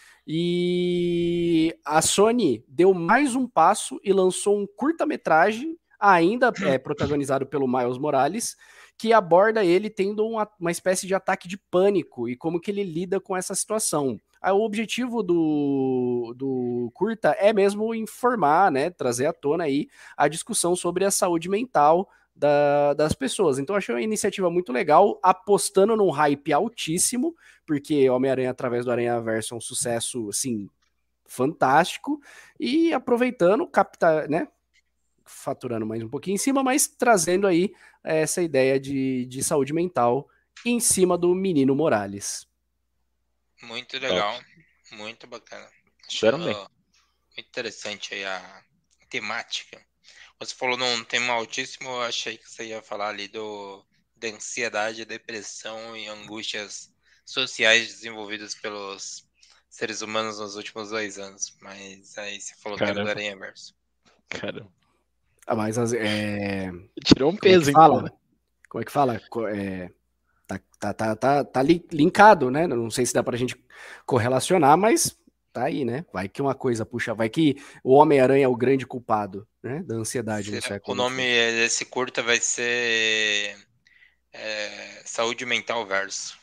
[SPEAKER 2] E a Sony deu mais um passo e lançou um curta-metragem, ainda é, protagonizado pelo Miles Morales, que aborda ele tendo uma, uma espécie de ataque de pânico e como que ele lida com essa situação. O objetivo do, do curta é mesmo informar, né, trazer à tona aí a discussão sobre a saúde mental da, das pessoas. Então, achei uma iniciativa muito legal, apostando num hype altíssimo, porque Homem-Aranha através do Aranha-Verso é um sucesso, assim, fantástico, e aproveitando, capta, né, faturando mais um pouquinho em cima, mas trazendo aí essa ideia de, de saúde mental em cima do menino Morales.
[SPEAKER 1] Muito legal. Muito bacana. Acho
[SPEAKER 3] Fizeram bem.
[SPEAKER 1] muito interessante aí a temática. Você falou num tema altíssimo, eu achei que você ia falar ali do, da ansiedade, depressão e angústias sociais desenvolvidas pelos seres humanos nos últimos dois anos. Mas aí você falou que era do
[SPEAKER 3] Caramba.
[SPEAKER 1] Aranha-Verso.
[SPEAKER 3] Caramba.
[SPEAKER 2] Ah, mas as- é...
[SPEAKER 3] Tirou um
[SPEAKER 2] Como é
[SPEAKER 3] peso,
[SPEAKER 2] que
[SPEAKER 3] hein,
[SPEAKER 2] fala?
[SPEAKER 3] porra?
[SPEAKER 2] Como é que fala? Co- é, Tá, tá, tá, tá, tá li- linkado, né? Não sei se dá pra gente correlacionar, mas tá aí, né? Vai que uma coisa puxa, vai que o Homem-Aranha é o grande culpado, né? Da ansiedade no
[SPEAKER 1] Será-
[SPEAKER 2] século
[SPEAKER 1] O nome
[SPEAKER 2] vinte e um.
[SPEAKER 1] desse curta vai ser é, Saúde Mental Verso.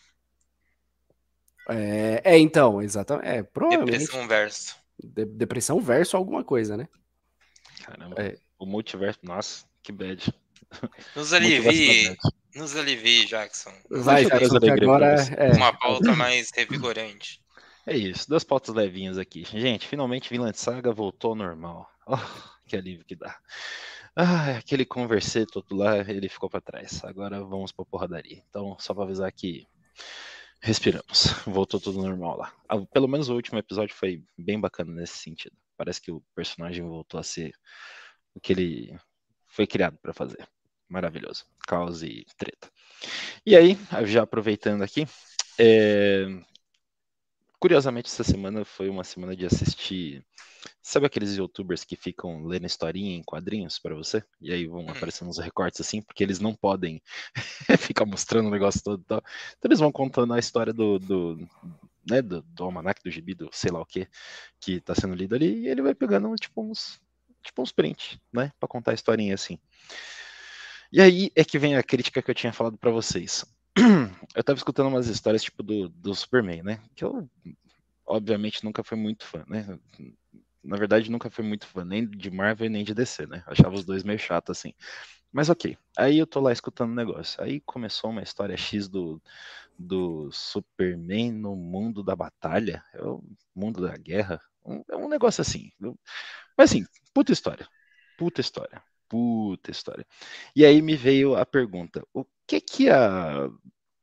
[SPEAKER 2] É, é, então, exatamente. É, provavelmente.
[SPEAKER 1] Depressão Verso.
[SPEAKER 2] de- depressão versus alguma coisa, né?
[SPEAKER 3] Caramba.
[SPEAKER 2] É.
[SPEAKER 3] O multiverso, nossa, que bad.
[SPEAKER 1] Nos
[SPEAKER 3] Multiverso
[SPEAKER 1] alivie,
[SPEAKER 3] da bad.
[SPEAKER 1] nos alivie, Jackson. Nos
[SPEAKER 2] Vai,
[SPEAKER 3] Deixa eu
[SPEAKER 1] alivie.
[SPEAKER 3] trazer
[SPEAKER 2] Jackson, que
[SPEAKER 3] alegria pra
[SPEAKER 2] agora
[SPEAKER 3] você.
[SPEAKER 2] é.
[SPEAKER 1] Uma pauta mais revigorante.
[SPEAKER 3] É isso, duas pautas levinhas aqui. Gente, finalmente Vinland Saga voltou ao normal. Oh, que alívio que dá. Ah, aquele conversê todo lá, ele ficou pra trás. Agora vamos pra porradaria. Então, só pra avisar que respiramos. Voltou tudo normal lá. Ah, pelo menos o último episódio foi bem bacana nesse sentido. Parece que o personagem voltou a ser o que ele foi criado pra fazer. Maravilhoso. Caos e treta. E aí, já aproveitando aqui, é... curiosamente essa semana foi uma semana de assistir. Sabe aqueles youtubers que ficam lendo historinha em quadrinhos pra você? E aí vão aparecendo uns recortes assim, porque eles não podem ficar mostrando o negócio todo e tal. Então eles vão contando a história do, do, né, do, do almanac, do gibi, do sei lá o que, que tá sendo lido ali, e ele vai pegando tipo uns, tipo uns prints, né, pra contar a historinha assim. E aí é que vem a crítica que eu tinha falado pra vocês. Eu tava escutando umas histórias tipo do, do Superman, né, que eu obviamente nunca fui muito fã, né. Na verdade, nunca fui muito fã nem de Marvel nem de D C, né? Achava os dois meio chato, assim. Mas ok. Aí eu tô lá escutando o negócio. Aí começou uma história X do, do Superman no mundo da batalha, é o mundo da guerra. Um, é um negócio assim. Mas assim, puta história. Puta história. Puta história. E aí me veio a pergunta: o que que a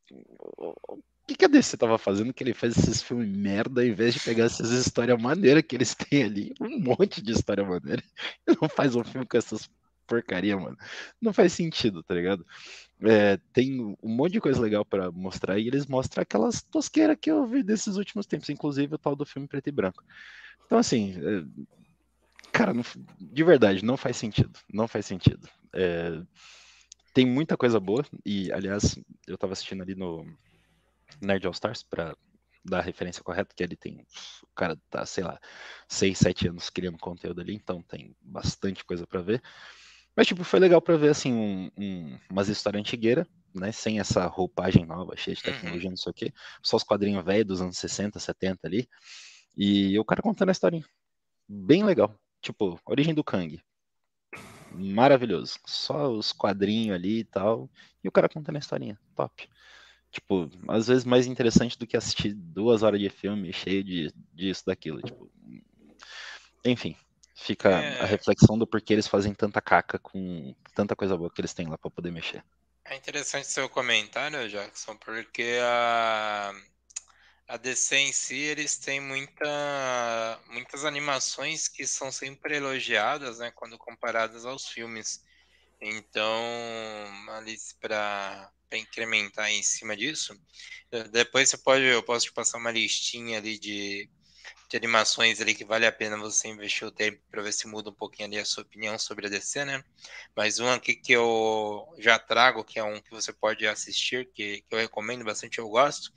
[SPEAKER 3] o que, que a D C tava fazendo que ele faz esses filmes merda, ao invés de pegar essas histórias maneiras que eles têm ali, um monte de história maneira, e não faz um filme com essas porcaria, mano. Não faz sentido, tá ligado? É, tem um monte de coisa legal pra mostrar, e eles mostram aquelas tosqueiras que eu vi desses últimos tempos, inclusive o tal do filme preto e branco. Então, assim, é, cara, não, de verdade, não faz sentido. Não faz sentido. É, tem muita coisa boa, e, aliás, eu tava assistindo ali no Nerd All Stars pra dar a referência correta, que ele tem, o cara tá, sei lá, seis, sete anos criando conteúdo ali, então tem bastante coisa pra ver. Mas, tipo, foi legal pra ver, assim, um, um, umas histórias antigueiras, né, sem essa roupagem nova, cheia de tecnologia, não sei o quê, só os quadrinhos velhos dos anos sessenta, setenta ali, e o cara contando a historinha. Bem legal. Tipo, Origem do Kang. Maravilhoso. Só os quadrinhos ali e tal, e o cara contando a historinha. Top. Tipo, às vezes mais interessante do que assistir duas horas de filme cheio de disso, daquilo. Tipo, enfim. Fica é... a reflexão do porquê eles fazem tanta caca com tanta coisa boa que eles têm lá pra poder mexer.
[SPEAKER 1] É interessante seu comentário, Jackson, porque a, a D C em si, eles têm muita, muitas animações que são sempre elogiadas, né, quando comparadas aos filmes. Então, ali para incrementar em cima disso, depois você pode, eu posso te passar uma listinha ali de de animações ali que vale a pena você investir o tempo para ver se muda um pouquinho ali a sua opinião sobre a D C, né? Mas um aqui que eu já trago, que é um que você pode assistir, que, que eu recomendo bastante, eu gosto,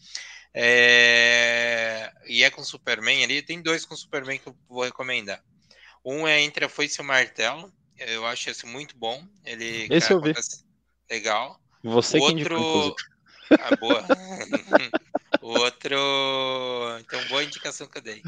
[SPEAKER 1] é... e é com Superman ali, tem dois com Superman que eu vou recomendar. Um é Entre a Foice e o Martelo, eu acho esse muito bom. Ele,
[SPEAKER 3] esse
[SPEAKER 1] cara,
[SPEAKER 3] eu vi.
[SPEAKER 1] Legal.
[SPEAKER 3] Você
[SPEAKER 1] o
[SPEAKER 3] que
[SPEAKER 1] outro...
[SPEAKER 3] indicou,
[SPEAKER 1] Ah, boa. O outro... Então, boa indicação que eu dei.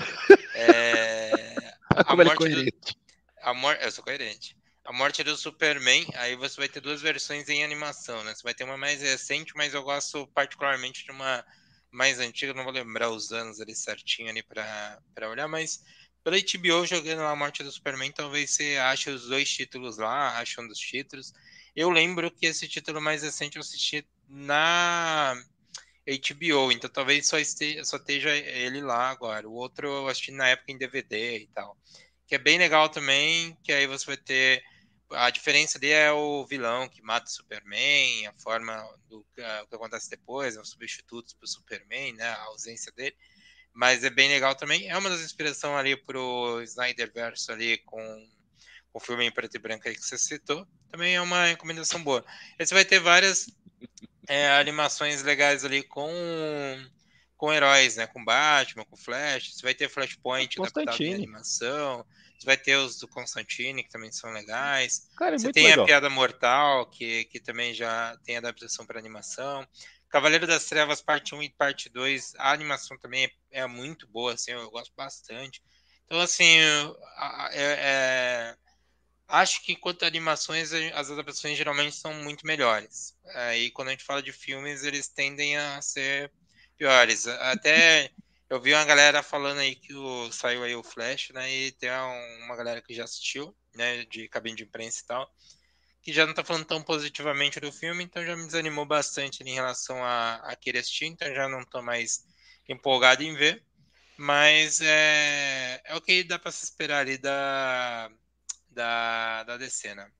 [SPEAKER 1] É... A
[SPEAKER 3] Como
[SPEAKER 1] morte
[SPEAKER 3] ele é coerente.
[SPEAKER 1] do... A mor... Eu sou coerente. A morte do Superman, aí você vai ter duas versões em animação, né? Você vai ter uma mais recente, mas eu gosto particularmente de uma mais antiga, não vou lembrar os anos ali certinho ali pra, pra olhar, mas pela H B O jogando lá A Morte do Superman, talvez você ache os dois títulos lá, ache um dos títulos. Eu lembro que esse título mais recente eu assisti na H B O, então talvez só esteja, só esteja ele lá agora. O outro eu assisti na época em D V D e tal, que é bem legal também, que aí você vai ter... A diferença ali é o vilão que mata o Superman, a forma do uh, que acontece depois, os substitutos para o Superman, né, a ausência dele. Mas é bem legal também. É uma das inspirações ali pro Snyderverse ali com o filme em preto e branco aí que você citou. Também é uma recomendação boa. Aí você vai ter várias é, animações legais ali com, com heróis, né? Com Batman, com Flash. Você vai ter Flashpoint adaptado em animação. Você vai ter os do Constantine, que também são legais.
[SPEAKER 3] Cara, é
[SPEAKER 1] você
[SPEAKER 3] muito
[SPEAKER 1] tem
[SPEAKER 3] legal.
[SPEAKER 1] a Piada Mortal, que, que também já tem adaptação para animação. Cavaleiro das Trevas, parte um e parte dois, a animação também é, é muito boa, assim, eu gosto bastante. Então, assim, é, é, acho que quanto a animações, as adaptações geralmente são muito melhores. Aí, quando a gente fala de filmes, eles tendem a ser piores. Até eu vi uma galera falando aí que o, saiu aí o Flash, né, e tem uma galera que já assistiu, né, de cabine de imprensa e tal, que já não tá falando tão positivamente do filme, então já me desanimou bastante em relação a, a querer assistir, então já não tô mais empolgado em ver, mas é, é o que dá para se esperar ali da, da, da D C, né?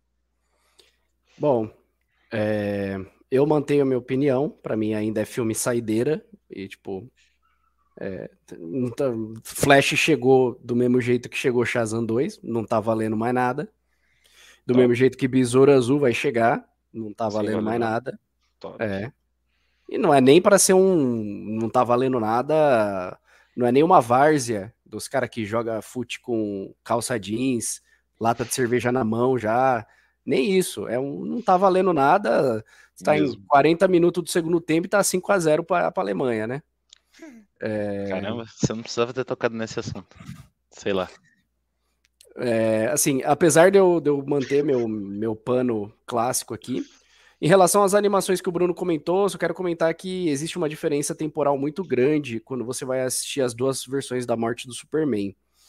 [SPEAKER 2] Bom, é, eu mantenho a minha opinião, para mim ainda é filme saideira, e tipo, é, Flash chegou do mesmo jeito que chegou Shazam dois, não tá valendo mais nada. Do Top. mesmo jeito que Besouro Azul vai chegar, não tá valendo Sim, mais nada.
[SPEAKER 3] Top.
[SPEAKER 2] É. E não é nem para ser um... Não tá valendo nada... Não é nem uma várzea dos caras que joga fute com calça jeans, lata de cerveja na mão já. Nem isso. É um, não tá valendo nada. Você tá Mesmo. em quarenta minutos do segundo tempo e tá cinco a zero pra, pra Alemanha, né?
[SPEAKER 3] É... Caramba, você não precisava ter tocado nesse assunto. Sei lá.
[SPEAKER 2] É, assim, apesar de eu, de eu manter meu, meu pano clássico aqui, em relação às animações que o Bruno comentou, só quero comentar que existe uma diferença temporal muito grande quando você vai assistir as duas versões da Morte do Superman.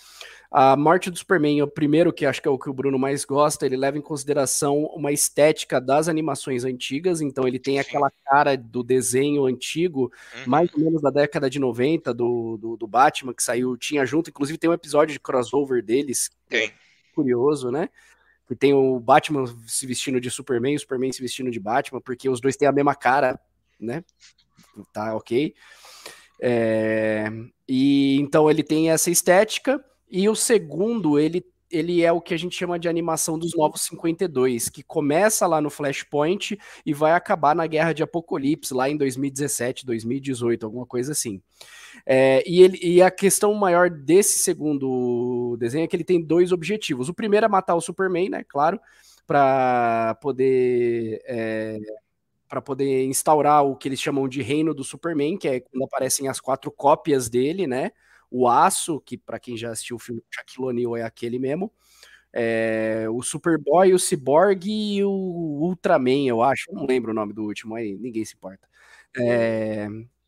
[SPEAKER 2] A Morte do Superman, o primeiro, que acho que é o que o Bruno mais gosta, ele leva em consideração uma estética das animações antigas, então ele tem aquela cara do desenho antigo, uhum. mais ou menos da década de noventa, do, do, do Batman, que saiu, tinha junto, inclusive tem um episódio de crossover deles, que é curioso, né? Que tem o Batman se vestindo de Superman e o Superman se vestindo de Batman, porque os dois têm a mesma cara, né? Tá, ok. É... E então ele tem essa estética. E o segundo, ele, ele é o que a gente chama de animação dos Novos cinquenta e dois, que começa lá no Flashpoint e vai acabar na Guerra de Apocalipse, lá em dois mil e dezessete, dois mil e dezoito, alguma coisa assim. É, e, ele, e a questão maior desse segundo desenho é que ele tem dois objetivos. O primeiro é matar o Superman, né, claro, para poder... É, para poder instaurar o que eles chamam de Reino do Superman, que é quando aparecem as quatro cópias dele, né? O Aço, que para quem já assistiu o filme Shaquille O'Neal é aquele mesmo, é, o Superboy, o Cyborg e o Ultraman, eu acho, não lembro o nome do último, aí ninguém se importa. É,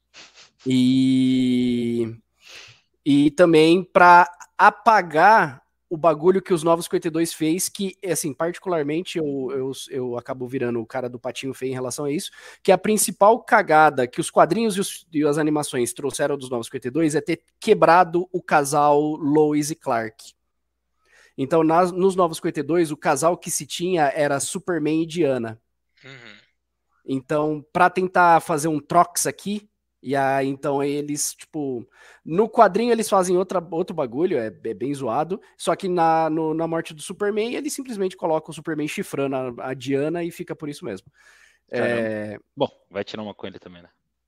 [SPEAKER 2] e, e também para apagar o bagulho que os Novos cinquenta e dois fez, que, assim, particularmente eu, eu, eu acabo virando o cara do patinho feio em relação a isso, que a principal cagada que os quadrinhos e, os, e as animações trouxeram dos Novos cinquenta e dois é ter quebrado o casal Lois e Clark. Então, nas, nos Novos cinquenta e dois, o casal que se tinha era Superman e Diana. Uhum. Então, para tentar fazer um trox aqui, e aí, então, eles, tipo... No quadrinho, eles fazem outra, outro bagulho, é, é bem zoado. Só que na, no, na Morte do Superman, eles simplesmente colocam o Superman chifrando a, a Diana e fica por isso mesmo. É...
[SPEAKER 3] Bom, vai tirar uma com ele também, né?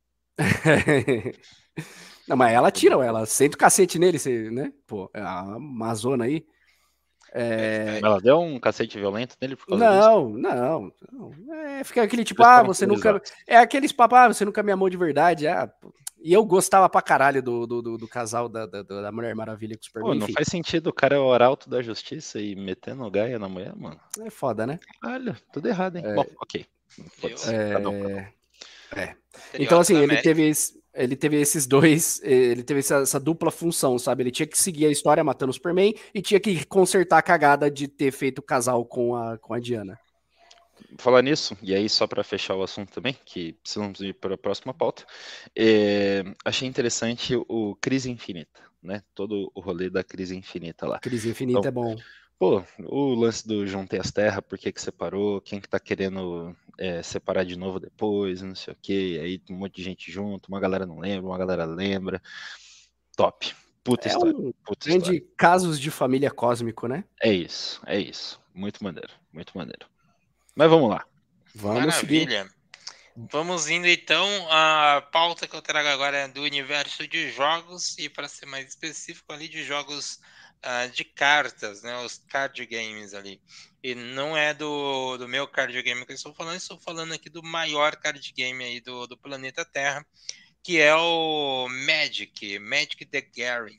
[SPEAKER 2] Não, mas ela tira, ela senta o cacete nele, você, né? Pô, a Amazona aí. É...
[SPEAKER 3] Ela deu um cacete violento nele por causa
[SPEAKER 2] não,
[SPEAKER 3] disso?
[SPEAKER 2] Não, não. É, fica aquele tipo, ah, você nunca... É aqueles papos, ah, você nunca me amou de verdade. Ah, e eu gostava pra caralho do, do, do, do casal da, da, da Mulher Maravilha com o Superman.
[SPEAKER 3] Pô, não faz sentido, o cara é o arauto da justiça e metendo gaia na mulher, mano.
[SPEAKER 2] É foda, né?
[SPEAKER 3] Olha, tudo errado, hein? É... Bom, ok. Pode ser.
[SPEAKER 2] É... é. Então, assim, ele teve... Ele teve esses dois, ele teve essa, essa dupla função, sabe? Ele tinha que seguir a história matando o Superman e tinha que consertar a cagada de ter feito o casal com a, com a Diana.
[SPEAKER 3] Falar nisso, e aí só para fechar o assunto também, que precisamos ir para a próxima pauta, é, achei interessante o Crise Infinita, né? Todo o rolê da Crise Infinita lá.
[SPEAKER 2] Crise Infinita então, é bom.
[SPEAKER 3] Pô, o lance do Juntei as Terras, por que que separou, quem que tá querendo é, separar de novo depois, não sei o que, aí um monte de gente junto, uma galera não lembra, uma galera lembra, top, puta
[SPEAKER 2] é
[SPEAKER 3] história.
[SPEAKER 2] Um
[SPEAKER 3] puta
[SPEAKER 2] grande
[SPEAKER 3] história.
[SPEAKER 2] casos de família cósmico, né?
[SPEAKER 3] É isso, é isso, muito maneiro, muito maneiro. Mas vamos lá.
[SPEAKER 2] Vamos
[SPEAKER 1] Maravilha.
[SPEAKER 2] seguir.
[SPEAKER 1] Vamos indo então, a pauta que eu trago agora é do universo de jogos e para ser mais específico ali de jogos Uh, de cartas, né, os card games ali, e não é do, do meu card game que eu estou falando, estou falando aqui do maior card game aí do, do planeta Terra, que é o Magic, Magic the Gathering,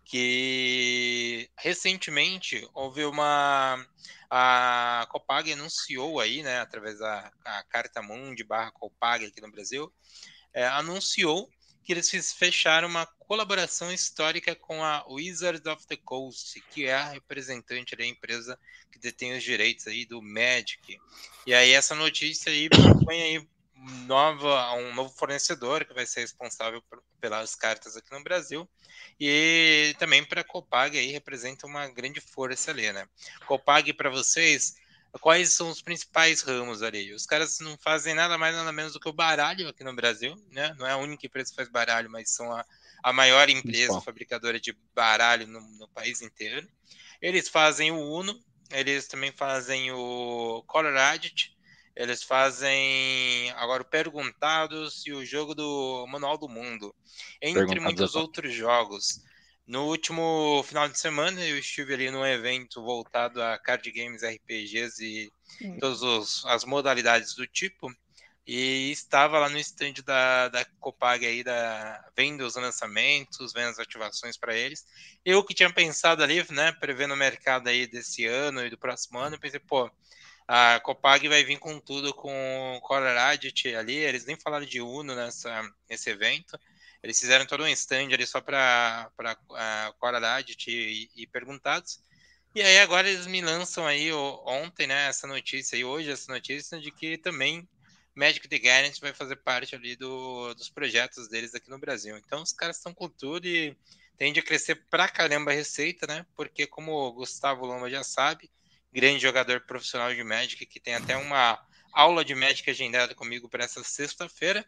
[SPEAKER 1] que recentemente houve uma, a Copag anunciou aí, né, através da a Carta Mundi barra Copag aqui no Brasil, é, anunciou que eles fecharam uma colaboração histórica com a Wizards of the Coast, que é a representante da empresa que detém os direitos aí do Magic. E aí essa notícia aí põe aí nova, um novo fornecedor que vai ser responsável por, pelas cartas aqui no Brasil. E também para a Copag aí representa uma grande força ali, né? Copag, para vocês, quais são os principais ramos ali? Os caras não fazem nada mais nada menos do que o baralho aqui no Brasil, né? Não é a única empresa que faz baralho, mas são a, a maior empresa Bom. fabricadora de baralho no, no país inteiro. Eles fazem o Uno, eles também fazem o Coloradit, eles fazem agora o Perguntados e o jogo do Manual do Mundo, entre muitos outros jogos. No último final de semana, eu estive ali num evento voltado a card games, R P Gs e hum. todas os, as modalidades do tipo, e estava lá no stand da, da Copag aí, da, vendo os lançamentos, vendo as ativações para eles. Eu que tinha pensado ali, né, prevendo o mercado aí desse ano e do próximo ano, eu pensei, pô, a Copag vai vir com tudo, com o Coloradit ali, eles nem falaram de Uno nessa, nesse evento. Eles fizeram todo um stand ali só para a Coradadit e, e perguntados. E aí agora eles me lançam aí o, ontem, né, essa notícia, e hoje essa notícia de que também Magic the Gathering vai fazer parte ali do, dos projetos deles aqui no Brasil. Então os caras estão com tudo e tende a crescer pra caramba a receita, né? Porque como o Gustavo Lomba já sabe, grande jogador profissional de Magic, que tem até uma aula de Magic agendada comigo para essa sexta-feira,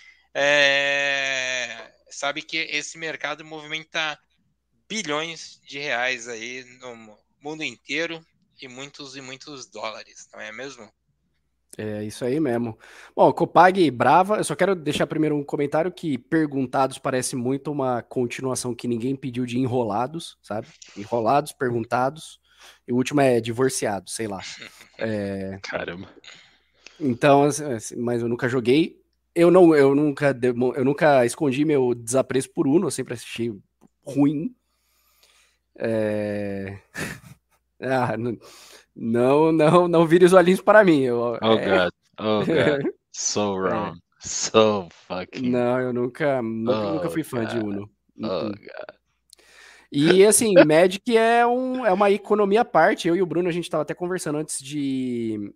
[SPEAKER 1] é... sabe que esse mercado movimenta bilhões de reais aí no mundo inteiro e muitos e muitos dólares, não é mesmo?
[SPEAKER 2] É isso aí mesmo. Bom, Copag brava, eu só quero deixar primeiro um comentário que Perguntados parece muito uma continuação que ninguém pediu de Enrolados, sabe? Enrolados, Perguntados, e o último é Divorciados, sei lá. É...
[SPEAKER 3] Caramba.
[SPEAKER 2] Então, assim, mas eu nunca joguei. Eu não, eu nunca, eu nunca escondi meu desapreço por Uno, eu sempre assisti ruim. É... ah, não, não, não, não vire os olhinhos para mim. Eu,
[SPEAKER 3] oh,
[SPEAKER 2] é...
[SPEAKER 3] God. Oh, God. So wrong. É. So fucking...
[SPEAKER 2] Não, eu nunca, nunca,
[SPEAKER 3] oh,
[SPEAKER 2] nunca fui fã
[SPEAKER 3] God.
[SPEAKER 2] de Uno.
[SPEAKER 3] Oh,
[SPEAKER 2] uh-uh.
[SPEAKER 3] God.
[SPEAKER 2] E, assim, Magic é, um, é uma economia à parte. Eu e o Bruno, a gente estava até conversando antes de...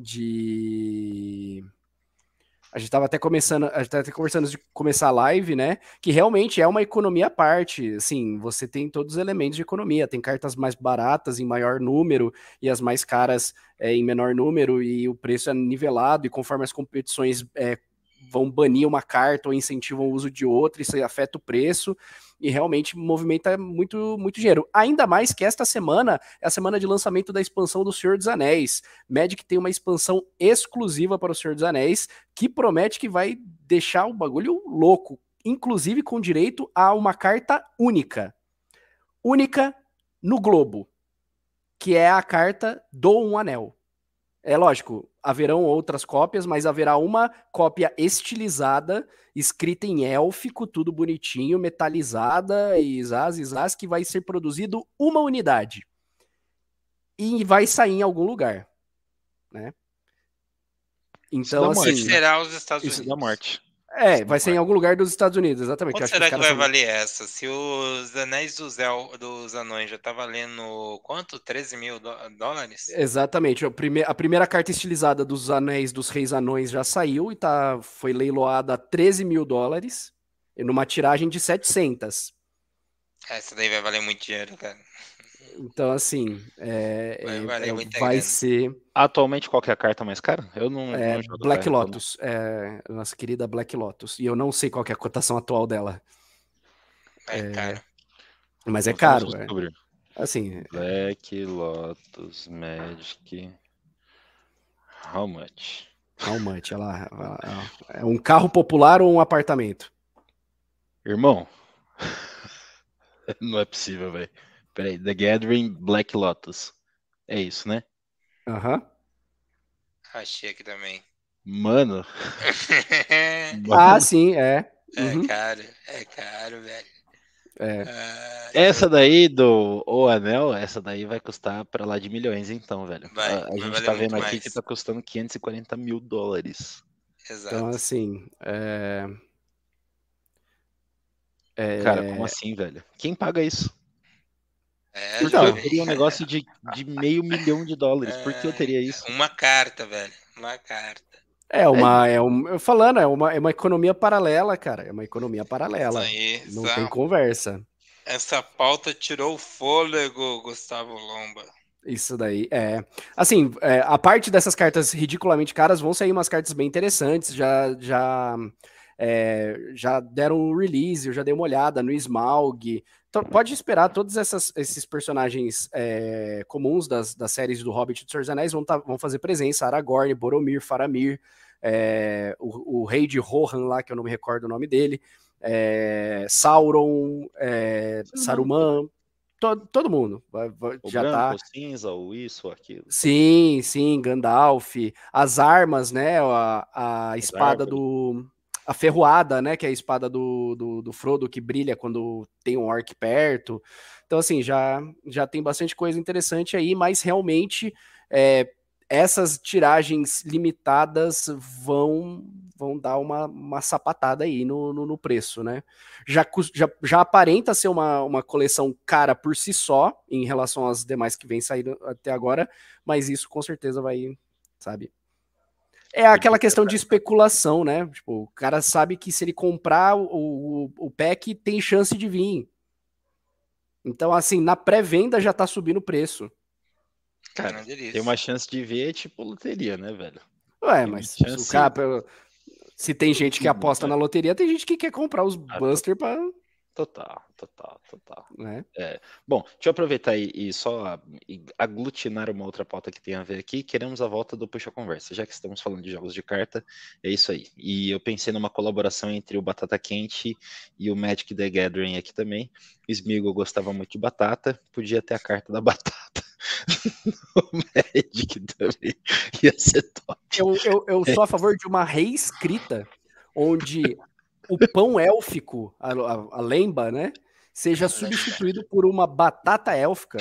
[SPEAKER 2] de... A gente estava até começando, a gente tava até conversando antes de começar a live, né? Que realmente é uma economia à parte. Assim, você tem todos os elementos de economia. Tem cartas mais baratas em maior número e as mais caras é, em menor número, e o preço é nivelado, e conforme as competições é, vão banir uma carta ou incentivam o uso de outra, isso afeta o preço. E realmente movimenta muito, muito dinheiro. Ainda mais que esta semana é a semana de lançamento da expansão do Senhor dos Anéis. Magic tem uma expansão exclusiva para o Senhor dos Anéis, que promete que vai deixar o bagulho louco, inclusive com direito a uma carta única. Única no globo, que é a carta do Um Anel. É lógico, haverão outras cópias, mas haverá uma cópia estilizada, escrita em élfico, tudo bonitinho, metalizada, e zaz, e zaz, que vai ser produzido uma unidade. E vai sair em algum lugar, né? Então, assim...
[SPEAKER 1] Isso será os Estados
[SPEAKER 3] Isso
[SPEAKER 1] Unidos.
[SPEAKER 3] da morte.
[SPEAKER 2] É,
[SPEAKER 3] isso
[SPEAKER 2] vai ser em algum lugar dos Estados Unidos, exatamente.
[SPEAKER 1] Quanto
[SPEAKER 2] acho
[SPEAKER 1] será
[SPEAKER 2] que,
[SPEAKER 1] que,
[SPEAKER 2] que
[SPEAKER 1] vai
[SPEAKER 2] são...
[SPEAKER 1] valer essa? Se os Anéis dos, El... dos Anões já tá valendo quanto? treze mil dólares?
[SPEAKER 2] Exatamente. A primeira, a primeira carta estilizada dos Anéis dos Reis Anões já saiu e tá, foi leiloada a treze mil dólares, numa tiragem de setecentas.
[SPEAKER 1] Essa daí vai valer muito dinheiro, cara.
[SPEAKER 2] Então, assim, é,
[SPEAKER 1] vai, valer
[SPEAKER 2] é,
[SPEAKER 1] muita
[SPEAKER 2] vai
[SPEAKER 1] grana.
[SPEAKER 2] ser...
[SPEAKER 3] Atualmente, qual que é a carta mais cara? Eu não,
[SPEAKER 2] é,
[SPEAKER 3] não jogo
[SPEAKER 2] Black
[SPEAKER 3] carta,
[SPEAKER 2] Lotus, é, nossa querida Black Lotus. E eu não sei qual que é a cotação atual dela.
[SPEAKER 1] É, é caro.
[SPEAKER 2] Mas é
[SPEAKER 3] Vamos
[SPEAKER 2] caro.
[SPEAKER 3] descobrir.
[SPEAKER 2] É. Assim,
[SPEAKER 3] Black Lotus Magic. How much?
[SPEAKER 2] How much? Olha lá. É um carro popular ou um apartamento?
[SPEAKER 3] Irmão, não é possível, velho. Peraí, The Gathering Black Lotus. É isso, né?
[SPEAKER 2] Aham. Uhum.
[SPEAKER 1] Achei aqui também.
[SPEAKER 3] Mano.
[SPEAKER 2] Ah, sim, é.
[SPEAKER 1] Uhum. É caro, é caro, velho.
[SPEAKER 2] É.
[SPEAKER 1] Ah,
[SPEAKER 3] essa daí do O Anel, essa daí vai custar pra lá de milhões, então, velho.
[SPEAKER 1] Vai,
[SPEAKER 3] a a
[SPEAKER 1] vai
[SPEAKER 3] gente tá vendo aqui
[SPEAKER 1] mais.
[SPEAKER 3] que tá custando quinhentos e quarenta mil dólares.
[SPEAKER 1] Exato.
[SPEAKER 2] Então, assim, é...
[SPEAKER 3] É... Cara, como assim, velho? Quem paga isso?
[SPEAKER 1] É,
[SPEAKER 3] Porque
[SPEAKER 2] então,
[SPEAKER 3] eu teria um negócio de, de meio milhão de dólares.
[SPEAKER 1] É,
[SPEAKER 3] Por que eu teria isso?
[SPEAKER 1] Uma carta, velho. Uma carta.
[SPEAKER 2] É uma, é um, eu falando, é uma, é uma economia paralela, cara. É uma economia paralela.
[SPEAKER 1] Aí,
[SPEAKER 2] não
[SPEAKER 1] essa,
[SPEAKER 2] tem conversa.
[SPEAKER 1] Essa pauta tirou o fôlego, Gustavo Lomba.
[SPEAKER 2] Isso daí, é. Assim, é, a parte dessas cartas ridiculamente caras, vão sair umas cartas bem interessantes. Já, já, é, já deram um release, eu já dei uma olhada no Smaug. Então, pode esperar, todos essas, esses personagens é, comuns das, das séries do Hobbit e do Senhor dos Anéis vão, tá, vão fazer presença. Aragorn, Boromir, Faramir, é, o, o rei de Rohan lá, que eu não me recordo o nome dele, é, Sauron, é, Saruman, to, todo mundo. Vai, vai,
[SPEAKER 3] o
[SPEAKER 2] já
[SPEAKER 3] branco,
[SPEAKER 2] tá.
[SPEAKER 3] o cinza, o isso, o aquilo.
[SPEAKER 2] Sim, sim, Gandalf. As armas, né, a, a espada do... A ferroada, né, que é a espada do, do, do Frodo, que brilha quando tem um orc perto. Então, assim, já, já tem bastante coisa interessante aí, mas realmente é, essas tiragens limitadas vão, vão dar uma, uma sapatada aí no, no, no preço, né? Já, já, já aparenta ser uma, uma coleção cara por si só, em relação às demais que vem saindo até agora, mas isso com certeza vai, sabe? É aquela questão de especulação, né? Tipo, o cara sabe que se ele comprar o, o, o pack, tem chance de vir. Então, assim, na pré-venda já tá subindo o preço.
[SPEAKER 3] Cara, tem uma chance de ver, tipo loteria, né, velho?
[SPEAKER 2] Ué,
[SPEAKER 3] tem
[SPEAKER 2] mas se o cara, se tem gente que aposta na loteria, tem gente que quer comprar os ah, Buster pra...
[SPEAKER 3] Total, total, total.
[SPEAKER 2] É.
[SPEAKER 3] É. Bom, deixa eu aproveitar e, e só aglutinar uma outra pauta que tem a ver aqui. Queremos a volta do Puxa Conversa, já que estamos falando de jogos de carta, é isso aí. E eu pensei numa colaboração entre o Batata Quente e o Magic the Gathering aqui também. O Smeagol gostava muito de batata, podia ter a carta da batata. O Magic também ia ser top.
[SPEAKER 2] Eu, eu, eu sou a favor de uma reescrita onde o pão élfico, a, a, a lemba, né, seja substituído por uma batata élfica.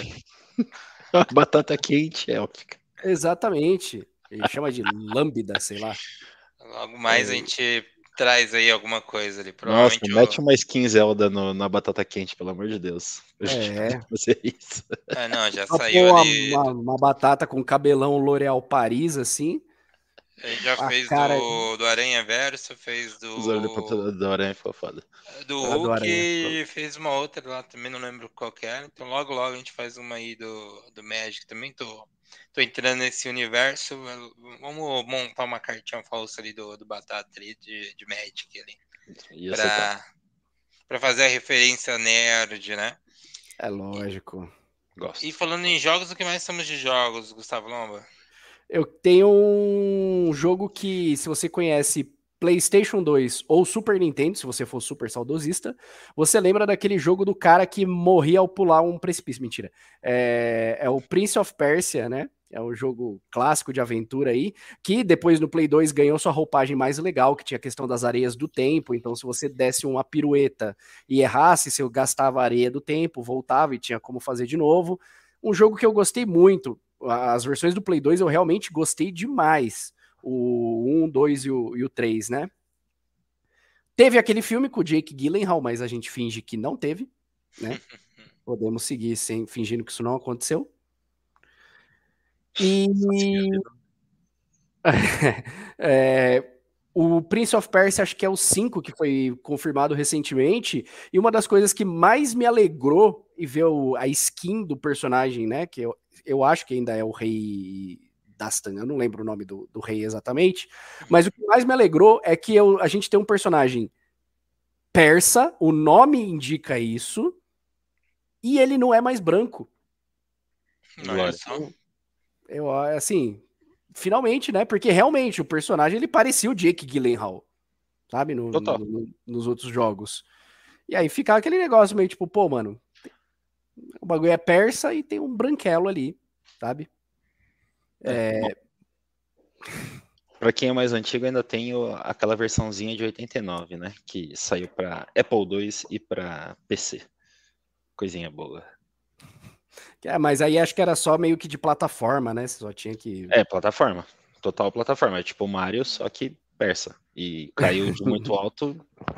[SPEAKER 3] Batata quente élfica.
[SPEAKER 2] Exatamente. Ele chama de lambda, sei lá.
[SPEAKER 1] Logo mais é. A gente traz aí alguma coisa ali.
[SPEAKER 3] Nossa, mete uma skin Zelda no, na batata quente, pelo amor de Deus. Eu
[SPEAKER 2] é.
[SPEAKER 3] Fazer isso.
[SPEAKER 1] É, não, já
[SPEAKER 2] Só
[SPEAKER 1] saiu ali.
[SPEAKER 2] Uma, uma batata com cabelão L'Oréal Paris, assim.
[SPEAKER 1] A gente já
[SPEAKER 2] a
[SPEAKER 1] fez
[SPEAKER 2] cara...
[SPEAKER 1] do, do Aranha Verso, fez do...
[SPEAKER 3] O do Aranha ficou foda.
[SPEAKER 1] Do Hulk e fez uma outra lá também, não lembro qual que era. Então logo logo a gente faz uma aí do, do Magic também. Tô, tô entrando nesse universo. Vamos montar uma cartinha falsa ali do, do Batata ali, de, de Magic ali. Pra, pra fazer a referência nerd, né?
[SPEAKER 2] É lógico.
[SPEAKER 3] Gosto.
[SPEAKER 1] E falando em jogos, o que mais temos de jogos, Gustavo Lomba?
[SPEAKER 2] Eu tenho um jogo que, se você conhece PlayStation dois ou Super Nintendo, se você for super saudosista, você lembra daquele jogo do cara que morria ao pular um precipício. Mentira. É, é o Prince of Persia, né? É um jogo clássico de aventura aí, que depois no Play dois ganhou sua roupagem mais legal, que tinha a questão das areias do tempo. Então, se você desse uma pirueta e errasse, você gastava a areia do tempo, voltava e tinha como fazer de novo. Um jogo que eu gostei muito. As versões do Play dois eu realmente gostei demais. O um, dois e o, e o três, né? Teve aquele filme com o Jake Gyllenhaal, mas a gente finge que não teve, né? Podemos seguir sem, fingindo que isso não aconteceu. E... é, o Prince of Persia, acho que é o cinco, que foi confirmado recentemente, e uma das coisas que mais me alegrou e ver o, a skin do personagem, né, que eu, eu acho que ainda é o rei Dastan, eu não lembro o nome do, do rei exatamente, mas o que mais me alegrou é que eu, a gente tem um personagem persa, o nome indica isso, e ele não é mais branco.
[SPEAKER 1] Olha só.
[SPEAKER 2] Eu, eu, assim... Finalmente, né? Porque realmente o personagem ele parecia o Jake Gyllenhaal, sabe? No, no, no, nos outros jogos. E aí fica aquele negócio meio tipo, pô, mano, o bagulho é persa e tem um branquelo ali, sabe? É...
[SPEAKER 3] Pra quem é mais antigo, ainda tem o, aquela versãozinha de oitenta e nove, né? Que saiu pra Apple dois e pra P C. Coisinha boa.
[SPEAKER 2] É, mas aí acho que era só meio que de plataforma, né? Você só tinha que...
[SPEAKER 3] É, plataforma. Total plataforma. É tipo o Mario, só que persa. E caiu de muito alto,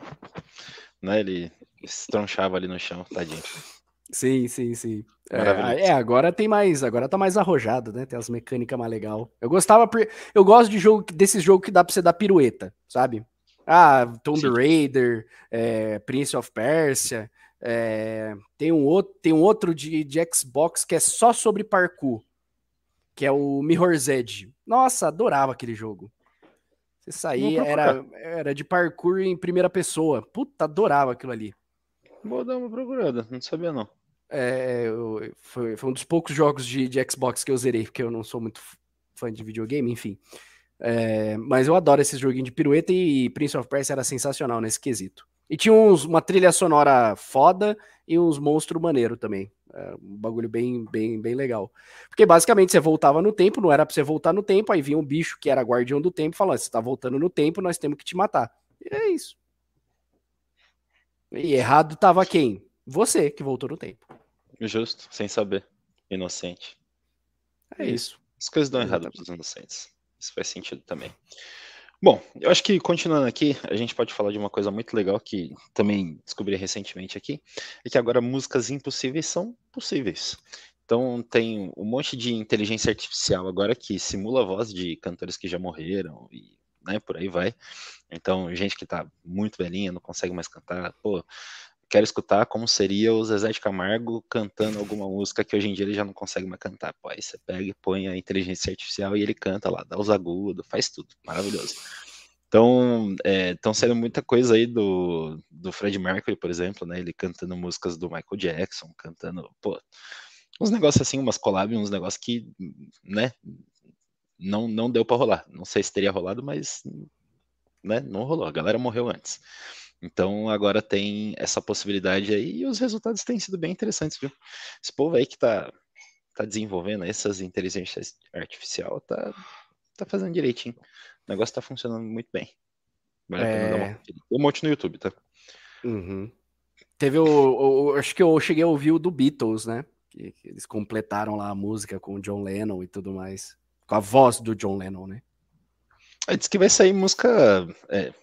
[SPEAKER 3] né? Ele estronchava ali no chão, tadinho.
[SPEAKER 2] Sim, sim, sim. É, é, agora tem mais, agora tá mais arrojado, né? Tem as mecânicas mais legal. Eu gostava, eu gosto de jogo, desses jogos que dá pra você dar pirueta, sabe? Ah, Tomb Raider, é, Prince of Persia... É, tem um outro, tem um outro de, de Xbox que é só sobre parkour, que é o Mirror's Edge. Nossa, adorava aquele jogo. Você saía, era, era de parkour em primeira pessoa. Puta, adorava aquilo ali.
[SPEAKER 3] Vou dar uma procurada, não sabia não.
[SPEAKER 2] É, eu, foi, foi um dos poucos jogos de, de Xbox que eu zerei, porque eu não sou muito fã de videogame, enfim. É, mas eu adoro esses joguinhos de pirueta e Prince of Persia era sensacional nesse quesito. E tinha uns, uma trilha sonora foda e uns monstros maneiros também. É um bagulho bem, bem, bem legal. Porque basicamente você voltava no tempo, não era pra você voltar no tempo, aí vinha um bicho que era guardião do tempo falando, você tá voltando no tempo, nós temos que te matar. E é isso. E errado tava quem? Você que voltou no tempo.
[SPEAKER 3] Justo, sem saber. Inocente.
[SPEAKER 2] É isso.
[SPEAKER 3] As coisas dão errado pros inocentes. Isso faz sentido também. Bom, eu acho que continuando aqui, a gente pode falar de uma coisa muito legal que também descobri recentemente aqui, é que agora músicas impossíveis são possíveis. Então tem um monte de inteligência artificial agora que simula a voz de cantores que já morreram e, né, por aí vai. Então, gente que tá muito velhinha, não consegue mais cantar, pô, quero escutar como seria o Zezé de Camargo cantando alguma música que hoje em dia ele já não consegue mais cantar. Pô, aí você pega e põe a inteligência artificial e ele canta lá, dá os agudos, faz tudo. Maravilhoso. Então, estão é, saindo muita coisa aí do, do Freddie Mercury, por exemplo, né? Ele cantando músicas do Michael Jackson, cantando, pô, uns negócios assim, umas collabs, uns negócios que, né, não, não deu pra rolar. Não sei se teria rolado, mas, né, não rolou. A galera morreu antes. Então agora tem essa possibilidade aí e os resultados têm sido bem interessantes, viu? Esse povo aí que tá, tá desenvolvendo essas inteligências artificial tá, tá fazendo direitinho. O negócio tá funcionando muito bem. Vale a pena dar uma
[SPEAKER 2] É.
[SPEAKER 3] conferida. Tem um monte no YouTube, tá?
[SPEAKER 2] Uhum. Teve o, o- o- Acho que eu cheguei a ouvir o do Beatles, né? Que, que eles completaram lá a música com o John Lennon e tudo mais. Com a voz do John Lennon, né?
[SPEAKER 3] Ah, diz que vai sair música é,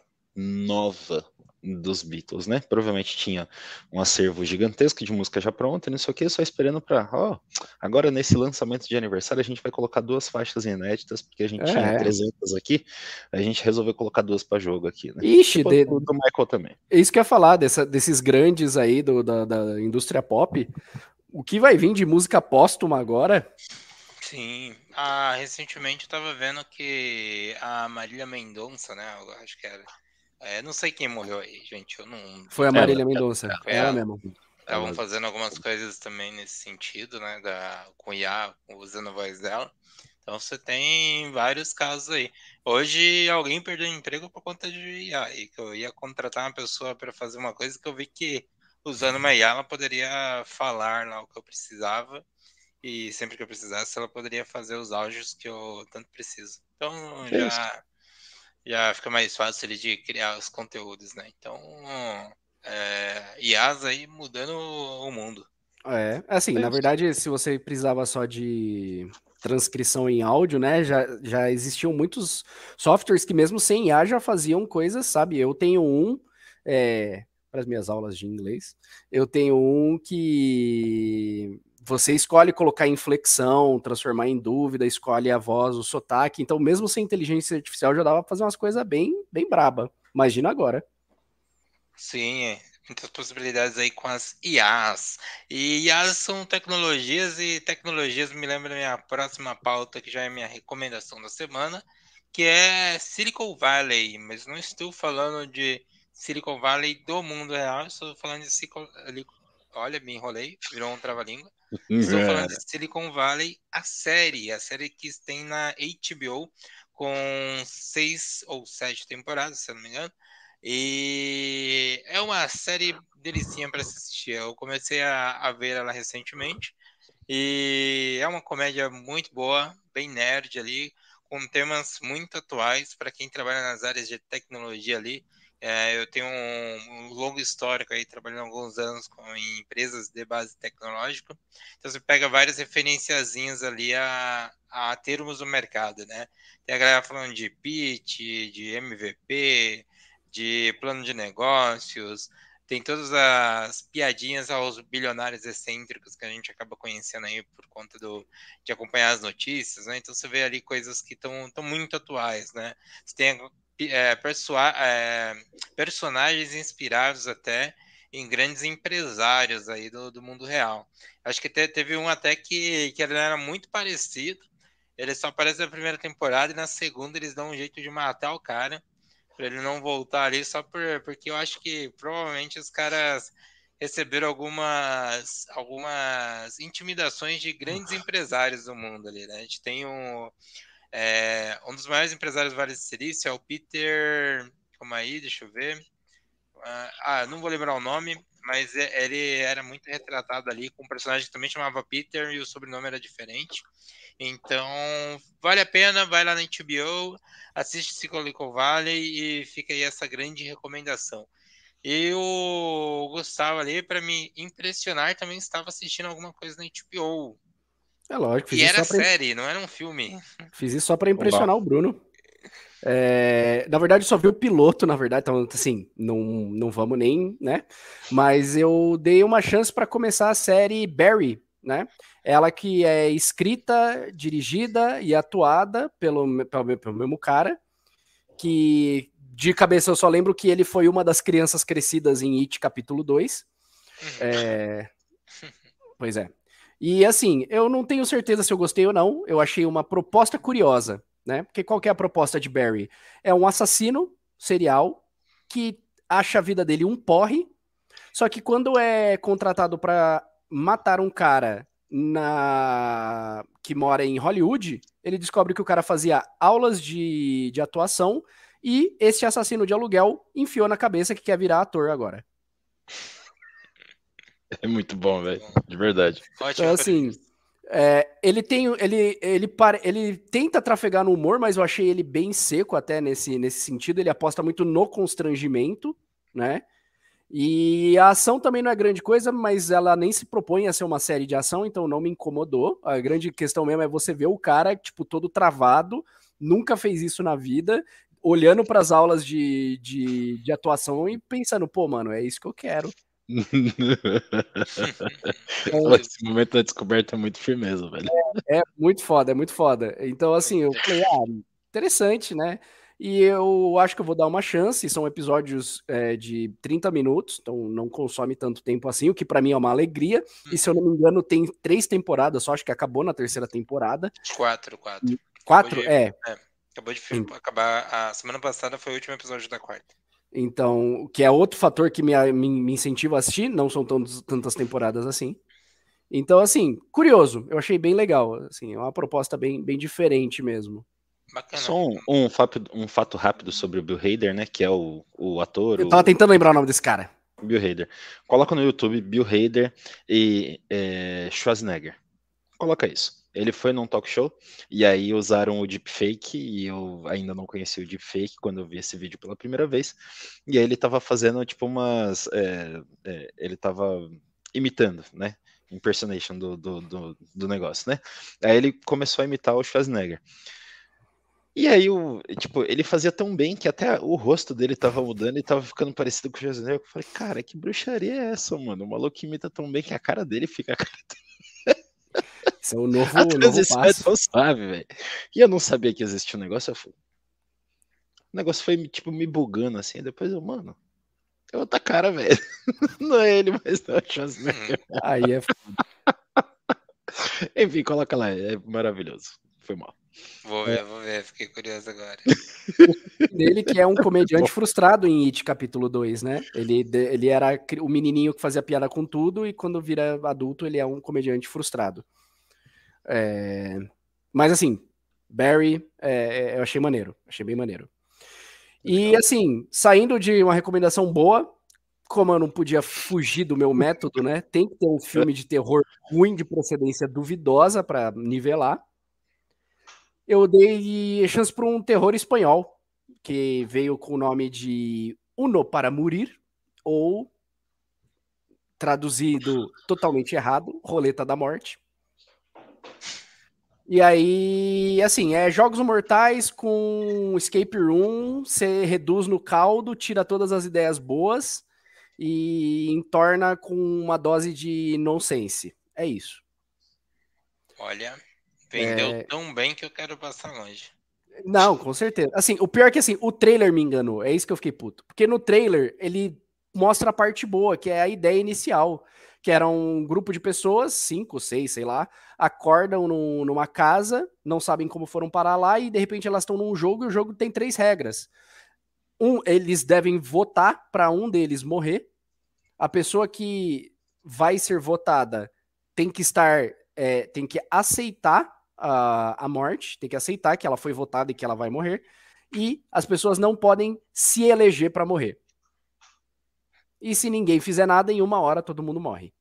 [SPEAKER 3] nova dos Beatles, né? Provavelmente tinha um acervo gigantesco de música já pronta, não sei o que, só esperando pra, ó, agora nesse lançamento de aniversário a gente vai colocar duas faixas inéditas, porque a gente
[SPEAKER 2] É.
[SPEAKER 3] tinha trezentas aqui, a gente resolveu colocar duas pra jogo aqui, né?
[SPEAKER 2] Ixi,
[SPEAKER 3] Tipo
[SPEAKER 2] de-
[SPEAKER 3] do, do Michael também.
[SPEAKER 2] é isso que eu ia falar, dessa- desses grandes aí do- da, da indústria pop. O que vai vir de música póstuma agora?
[SPEAKER 1] Sim. Ah, recentemente eu tava vendo que a Marília Mendonça, né? Eu acho que era. É, não sei quem morreu aí, gente. Eu não.
[SPEAKER 2] Foi a
[SPEAKER 3] Ela,
[SPEAKER 2] Marília
[SPEAKER 3] ela,
[SPEAKER 2] Mendonça.
[SPEAKER 1] Foi
[SPEAKER 2] Ela
[SPEAKER 1] ela.
[SPEAKER 2] mesmo.
[SPEAKER 1] Estavam
[SPEAKER 3] ela-
[SPEAKER 1] fazendo algumas coisas também nesse sentido, né? Da, com I A, usando a voz dela. Então você tem vários casos aí. Hoje alguém perdeu emprego por conta de I A. E que eu ia contratar uma pessoa para fazer uma coisa que eu vi que usando uma I A ela poderia falar lá o que eu precisava. E sempre que eu precisasse, ela poderia fazer os áudios que eu tanto preciso. Então
[SPEAKER 3] É isso.
[SPEAKER 1] já, já fica mais fácil ali de criar os conteúdos, né? Então, é, I As aí mudando o mundo.
[SPEAKER 2] É, assim,
[SPEAKER 3] É
[SPEAKER 2] na
[SPEAKER 3] isso.
[SPEAKER 2] verdade, se você precisava só de transcrição em áudio, né, já, já existiam muitos softwares que mesmo sem I A já faziam coisas, sabe? Eu tenho um, é, para as minhas aulas de inglês, eu tenho um que você escolhe colocar inflexão, transformar em dúvida, escolhe a voz, o sotaque, então mesmo sem inteligência artificial já dava pra fazer umas coisas bem, bem braba. Imagina agora.
[SPEAKER 1] Sim, é. Muitas possibilidades aí com as I As. E I As são tecnologias, e tecnologias me lembra da minha próxima pauta, que já é minha recomendação da semana, que é Silicon Valley. Mas não estou falando de Silicon Valley do mundo real, estou falando de Silicon... Olha, me enrolei, virou um trava-língua. Estou falando de Silicon Valley, a série, a série que tem na H B O, com seis ou sete temporadas, se eu não me engano. E é uma série delicinha para assistir. Eu comecei a, a ver ela recentemente e é uma comédia muito boa, bem nerd ali, com temas muito atuais para quem trabalha nas áreas de tecnologia ali. É, eu tenho um, um longo histórico aí, trabalhando alguns anos com em empresas de base tecnológica. Então você pega várias referenciazinhas ali a, a termos do mercado, né? Tem a galera falando de pitch, de M V P, de plano de negócios, tem todas as piadinhas aos bilionários excêntricos que a gente acaba conhecendo aí por conta do, de acompanhar as notícias, né? Então você vê ali coisas que estão muito atuais, né? Você tem é, persua, é, personagens inspirados até em grandes empresários aí do, do mundo real. Acho que te, teve um até que, que ele era muito parecido, ele só aparece na primeira temporada e na segunda eles dão um jeito de matar o cara, para ele não voltar ali, só por, porque eu acho que provavelmente os caras receberam algumas, algumas intimidações de grandes empresários do mundo ali, né? A gente tem um, é, um dos maiores empresários do Vale do Silício, é o Peter... Calma aí, deixa eu ver. Ah, não vou lembrar o nome, mas ele era muito retratado ali com um personagem que também chamava Peter e o sobrenome era diferente. Então, vale a pena, vai lá na H B O, assiste Silicon Valley e fica aí essa grande recomendação. E o Gustavo ali, para me impressionar, também estava assistindo alguma coisa na H B O.
[SPEAKER 2] É lógico, fiz
[SPEAKER 1] E
[SPEAKER 2] isso
[SPEAKER 1] era
[SPEAKER 2] só pra,
[SPEAKER 1] série, não era um filme.
[SPEAKER 2] fiz isso só pra impressionar o Bruno. É, na verdade, eu só vi o piloto, na verdade, então, assim, não, não vamos nem, né? Mas eu dei uma chance para começar a série Barry, né? Ela que é escrita, dirigida e atuada pelo, pelo, pelo mesmo cara, que de cabeça eu só lembro que ele foi uma das crianças crescidas em It capítulo dois. É... Pois é. E assim, eu não tenho certeza se eu gostei ou não, eu achei uma proposta curiosa, né? Porque qual que é a proposta de Barry? É um assassino serial que acha a vida dele um porre, só que quando é contratado para matar um cara na que mora em Hollywood, ele descobre que o cara fazia aulas de, de atuação e esse assassino de aluguel enfiou na cabeça que quer virar ator agora.
[SPEAKER 3] É muito bom, velho. De verdade.
[SPEAKER 2] Então, assim, é, ele tem. Ele, ele, para, ele tenta trafegar no humor, mas eu achei ele bem seco até nesse, nesse sentido. Ele aposta muito no constrangimento, né? E a ação também não é grande coisa, mas ela nem se propõe a ser uma série de ação, então não me incomodou. A grande questão mesmo é você ver o cara, tipo, todo travado, nunca fez isso na vida, olhando para as aulas de, de, de atuação e pensando, pô, mano, é isso que eu quero.
[SPEAKER 3] Esse momento da descoberta é muito firmeza, velho.
[SPEAKER 2] É, é muito foda, é muito foda. Então, assim, eu falei, ah, interessante, né? E eu acho que eu vou dar uma chance. São episódios é, de trinta minutos, então não consome tanto tempo assim, o que pra mim é uma alegria. E se eu não me engano, tem três temporadas, só acho que acabou na terceira temporada.
[SPEAKER 1] Quatro, quatro.
[SPEAKER 2] Quatro?
[SPEAKER 1] De,
[SPEAKER 2] é.
[SPEAKER 1] é. Acabou de acabar. A semana passada foi o último episódio da quarta.
[SPEAKER 2] Então, que é outro fator que me, me, me incentiva a assistir, não são tantos, tantas temporadas assim. Então, assim, curioso, eu achei bem legal, assim, é uma proposta bem, bem diferente mesmo.
[SPEAKER 1] Bacana.
[SPEAKER 3] Só um, um, fato, um fato rápido sobre o Bill Hader, né, que é o, o ator...
[SPEAKER 2] Eu tava
[SPEAKER 3] o...
[SPEAKER 2] tentando lembrar o nome desse cara.
[SPEAKER 3] Bill Hader. Coloca no YouTube Bill Hader e é, Schwarzenegger. Coloca isso. Ele foi num talk show e aí usaram o deepfake e eu ainda não conheci o deepfake quando eu vi esse vídeo pela primeira vez. E aí ele tava fazendo tipo umas... É, é, ele tava imitando, né? Impersonation do, do, do, do negócio, né? Aí ele começou a imitar o Schwarzenegger. E aí, o, tipo, ele fazia tão bem que até o rosto dele tava mudando e tava ficando parecido com o Schwarzenegger. Eu falei, cara, que bruxaria é essa, mano? O maluco imita tão bem que a cara dele fica a cara dele.
[SPEAKER 2] Isso é o novo,
[SPEAKER 3] a
[SPEAKER 2] transição
[SPEAKER 3] novo passo. É tão suave, velho. E eu não sabia que existia um negócio. Eu fui... O negócio foi, tipo, me bugando assim. Depois eu, mano, é outra cara, velho. Não é ele, mas não é o Schwarzenegger.
[SPEAKER 2] Aí é foda.
[SPEAKER 3] Enfim, coloca lá. É maravilhoso. Foi mal.
[SPEAKER 1] Vou ver, é. vou ver. Fiquei curioso agora.
[SPEAKER 2] Ele que é um comediante frustrado em It capítulo dois, né? Ele, ele era o menininho que fazia piada com tudo e quando vira adulto ele é um comediante frustrado. É... Mas assim, Barry, é, eu achei maneiro. Achei bem maneiro. E assim, saindo de uma recomendação boa, como eu não podia fugir do meu método, né? Tem que ter um filme de terror ruim de procedência duvidosa para nivelar. Eu dei chance para um terror espanhol, que veio com o nome de Uno para Morir, ou, traduzido totalmente errado, Roleta da Morte. E aí, assim, é jogos mortais com escape room, você reduz no caldo, tira todas as ideias boas e entorna com uma dose de nonsense. É isso.
[SPEAKER 1] Olha... Vendeu
[SPEAKER 2] é...
[SPEAKER 1] tão bem que eu quero passar longe.
[SPEAKER 2] Não, com certeza. Assim, o pior é que assim, o trailer me enganou. É isso que eu fiquei puto. Porque no trailer, ele mostra a parte boa, que é a ideia inicial. Que era um grupo de pessoas, cinco, seis, sei lá, acordam num, numa casa, não sabem como foram parar lá, e de repente elas estão num jogo, e o jogo tem três regras. Um, eles devem votar para um deles morrer. A pessoa que vai ser votada tem que estar... É, tem que aceitar A, a morte, tem que aceitar que ela foi votada e que ela vai morrer, e as pessoas não podem se eleger para morrer. E se ninguém fizer nada, em uma hora todo mundo morre.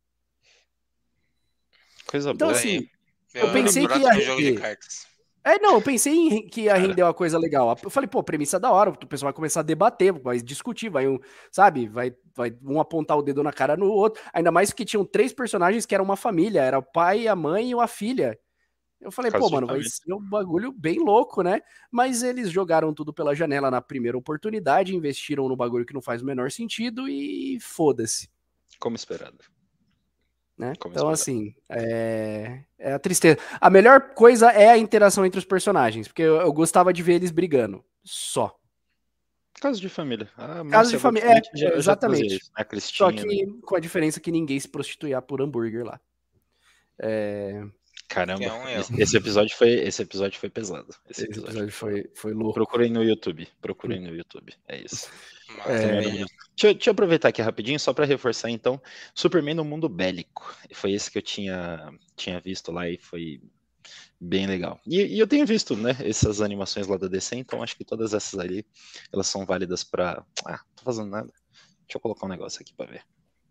[SPEAKER 3] Coisa
[SPEAKER 2] então,
[SPEAKER 3] boa.
[SPEAKER 2] assim,
[SPEAKER 1] Meu,
[SPEAKER 2] eu pensei que ia
[SPEAKER 1] jogo de
[SPEAKER 2] render...
[SPEAKER 1] cartas.
[SPEAKER 2] É, não, eu pensei em, que ia render uma coisa legal. Eu falei, pô, premissa da hora, o pessoal vai começar a debater, vai discutir, vai um, sabe, vai, vai um apontar o dedo na cara no outro, ainda mais que tinham três personagens que eram uma família, era o pai, a mãe e uma filha. Eu falei,
[SPEAKER 3] Caso
[SPEAKER 2] pô,
[SPEAKER 3] de
[SPEAKER 2] mano, vai
[SPEAKER 3] família.
[SPEAKER 2] ser um bagulho bem louco, né? Mas eles jogaram tudo pela janela na primeira oportunidade, investiram no bagulho que não faz o menor sentido e foda-se,
[SPEAKER 3] Como esperado.
[SPEAKER 2] né?
[SPEAKER 3] Como
[SPEAKER 2] Então,
[SPEAKER 3] esperado.
[SPEAKER 2] assim, é... é a tristeza. A melhor coisa é a interação entre os personagens, porque eu, eu gostava de ver eles brigando, só.
[SPEAKER 3] Caso de família. A
[SPEAKER 2] Caso
[SPEAKER 3] Márcia
[SPEAKER 2] de família, é,
[SPEAKER 3] Goldschmidt já,
[SPEAKER 2] é,
[SPEAKER 3] já trazia
[SPEAKER 2] exatamente.
[SPEAKER 3] isso. A
[SPEAKER 2] Só
[SPEAKER 3] Cristina.
[SPEAKER 2] que com a diferença que ninguém se prostituía por hambúrguer lá. É...
[SPEAKER 3] Caramba,
[SPEAKER 1] Que é um erro.
[SPEAKER 3] esse, esse episódio foi, esse episódio foi pesado. Esse
[SPEAKER 2] Esse
[SPEAKER 3] episódio,
[SPEAKER 2] episódio foi, foi louco.
[SPEAKER 3] Procurem no YouTube. Procurem no YouTube. É isso.
[SPEAKER 1] Maravilha.
[SPEAKER 3] Também era bonito. Deixa, eu- deixa eu aproveitar aqui rapidinho, só pra reforçar então. Superman no mundo bélico. Foi esse que eu tinha, tinha visto lá e foi bem legal. E, e eu tenho visto, né, essas animações lá da D C, então acho que todas essas ali, elas são válidas pra. Ah, tô fazendo nada. Deixa eu colocar um negócio aqui pra ver.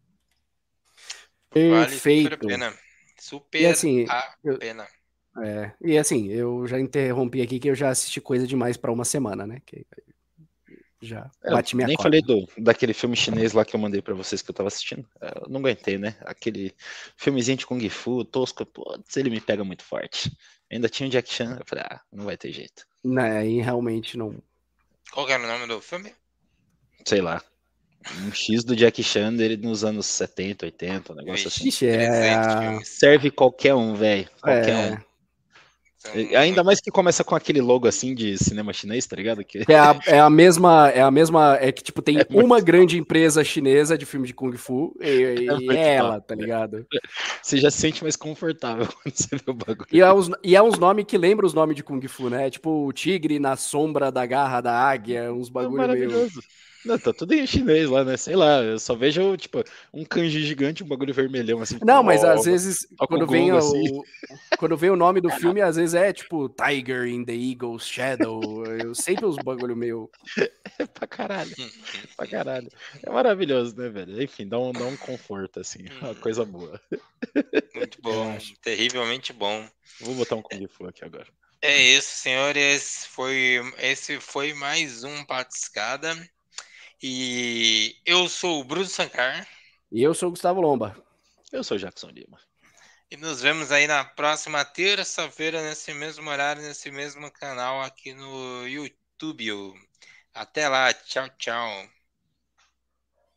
[SPEAKER 1] Vale super a
[SPEAKER 2] Perfeito.
[SPEAKER 1] pena. Super
[SPEAKER 2] E assim,
[SPEAKER 1] a
[SPEAKER 2] eu-
[SPEAKER 1] pena.
[SPEAKER 2] É, e assim, eu já interrompi aqui que eu já assisti coisa demais pra uma semana, né? Que já
[SPEAKER 3] É,
[SPEAKER 2] bati minha
[SPEAKER 3] nem
[SPEAKER 2] cota.
[SPEAKER 3] falei do, daquele filme chinês lá que eu mandei pra vocês que eu tava assistindo. Eu não aguentei, né? Aquele filmezinho de Kung Fu, tosco, putz, ele me pega muito forte. Ainda tinha o Jack Chan, eu falei, ah, não vai ter jeito.
[SPEAKER 2] Né, e realmente não.
[SPEAKER 1] Qual que era o nome do filme?
[SPEAKER 3] Sei lá. Um X do Jack Chan dele nos anos setenta, oitenta, um negócio assim.
[SPEAKER 2] Ixi, é,
[SPEAKER 1] trezentos
[SPEAKER 2] a-
[SPEAKER 1] filmes.
[SPEAKER 3] Serve qualquer um, velho. Qualquer
[SPEAKER 2] é,
[SPEAKER 3] um.
[SPEAKER 1] São
[SPEAKER 3] Ainda mais que começa com aquele logo assim de cinema chinês, tá ligado? Que...
[SPEAKER 2] é, a, é a mesma, é a mesma, é que tipo tem
[SPEAKER 3] É muito
[SPEAKER 2] uma grande empresa chinesa de filme de Kung Fu e, e
[SPEAKER 3] muito
[SPEAKER 2] é ela,
[SPEAKER 3] top,
[SPEAKER 2] tá
[SPEAKER 3] né?
[SPEAKER 2] ligado?
[SPEAKER 3] Você já se sente mais confortável quando você vê o bagulho.
[SPEAKER 2] E é uns, e é uns nomes que lembram os nomes de Kung Fu, né? Tipo o tigre na sombra da garra da águia, uns
[SPEAKER 3] É
[SPEAKER 2] bagulho meio.
[SPEAKER 3] maravilhoso. Não, tá tudo em chinês lá, né? Sei lá, eu só vejo, tipo, um kanji gigante, um bagulho vermelhão, assim.
[SPEAKER 2] Não, mas
[SPEAKER 3] ó,
[SPEAKER 2] às vezes,
[SPEAKER 3] ó, com
[SPEAKER 2] quando
[SPEAKER 3] o
[SPEAKER 2] vem,
[SPEAKER 3] gongo,
[SPEAKER 2] o,
[SPEAKER 3] assim.
[SPEAKER 2] quando vem o nome do filme, às vezes é tipo Tiger in the Eagle's Shadow. Eu sempre os bagulho meio.
[SPEAKER 3] É pra caralho, pra caralho. É maravilhoso, né, velho? Enfim, dá um, dá um conforto, assim, uma coisa boa.
[SPEAKER 1] Muito bom, terrivelmente bom.
[SPEAKER 3] Vou botar um Kung Fu aqui agora.
[SPEAKER 1] É isso, senhores. Foi, esse foi mais um Patiscada. E eu sou o Bruno Sankar.
[SPEAKER 2] E eu sou o Gustavo Lomba.
[SPEAKER 3] Eu sou o Jackson Lima.
[SPEAKER 1] E nos vemos aí na próxima terça-feira, nesse mesmo horário, nesse mesmo canal aqui no YouTube. Até lá, tchau, tchau.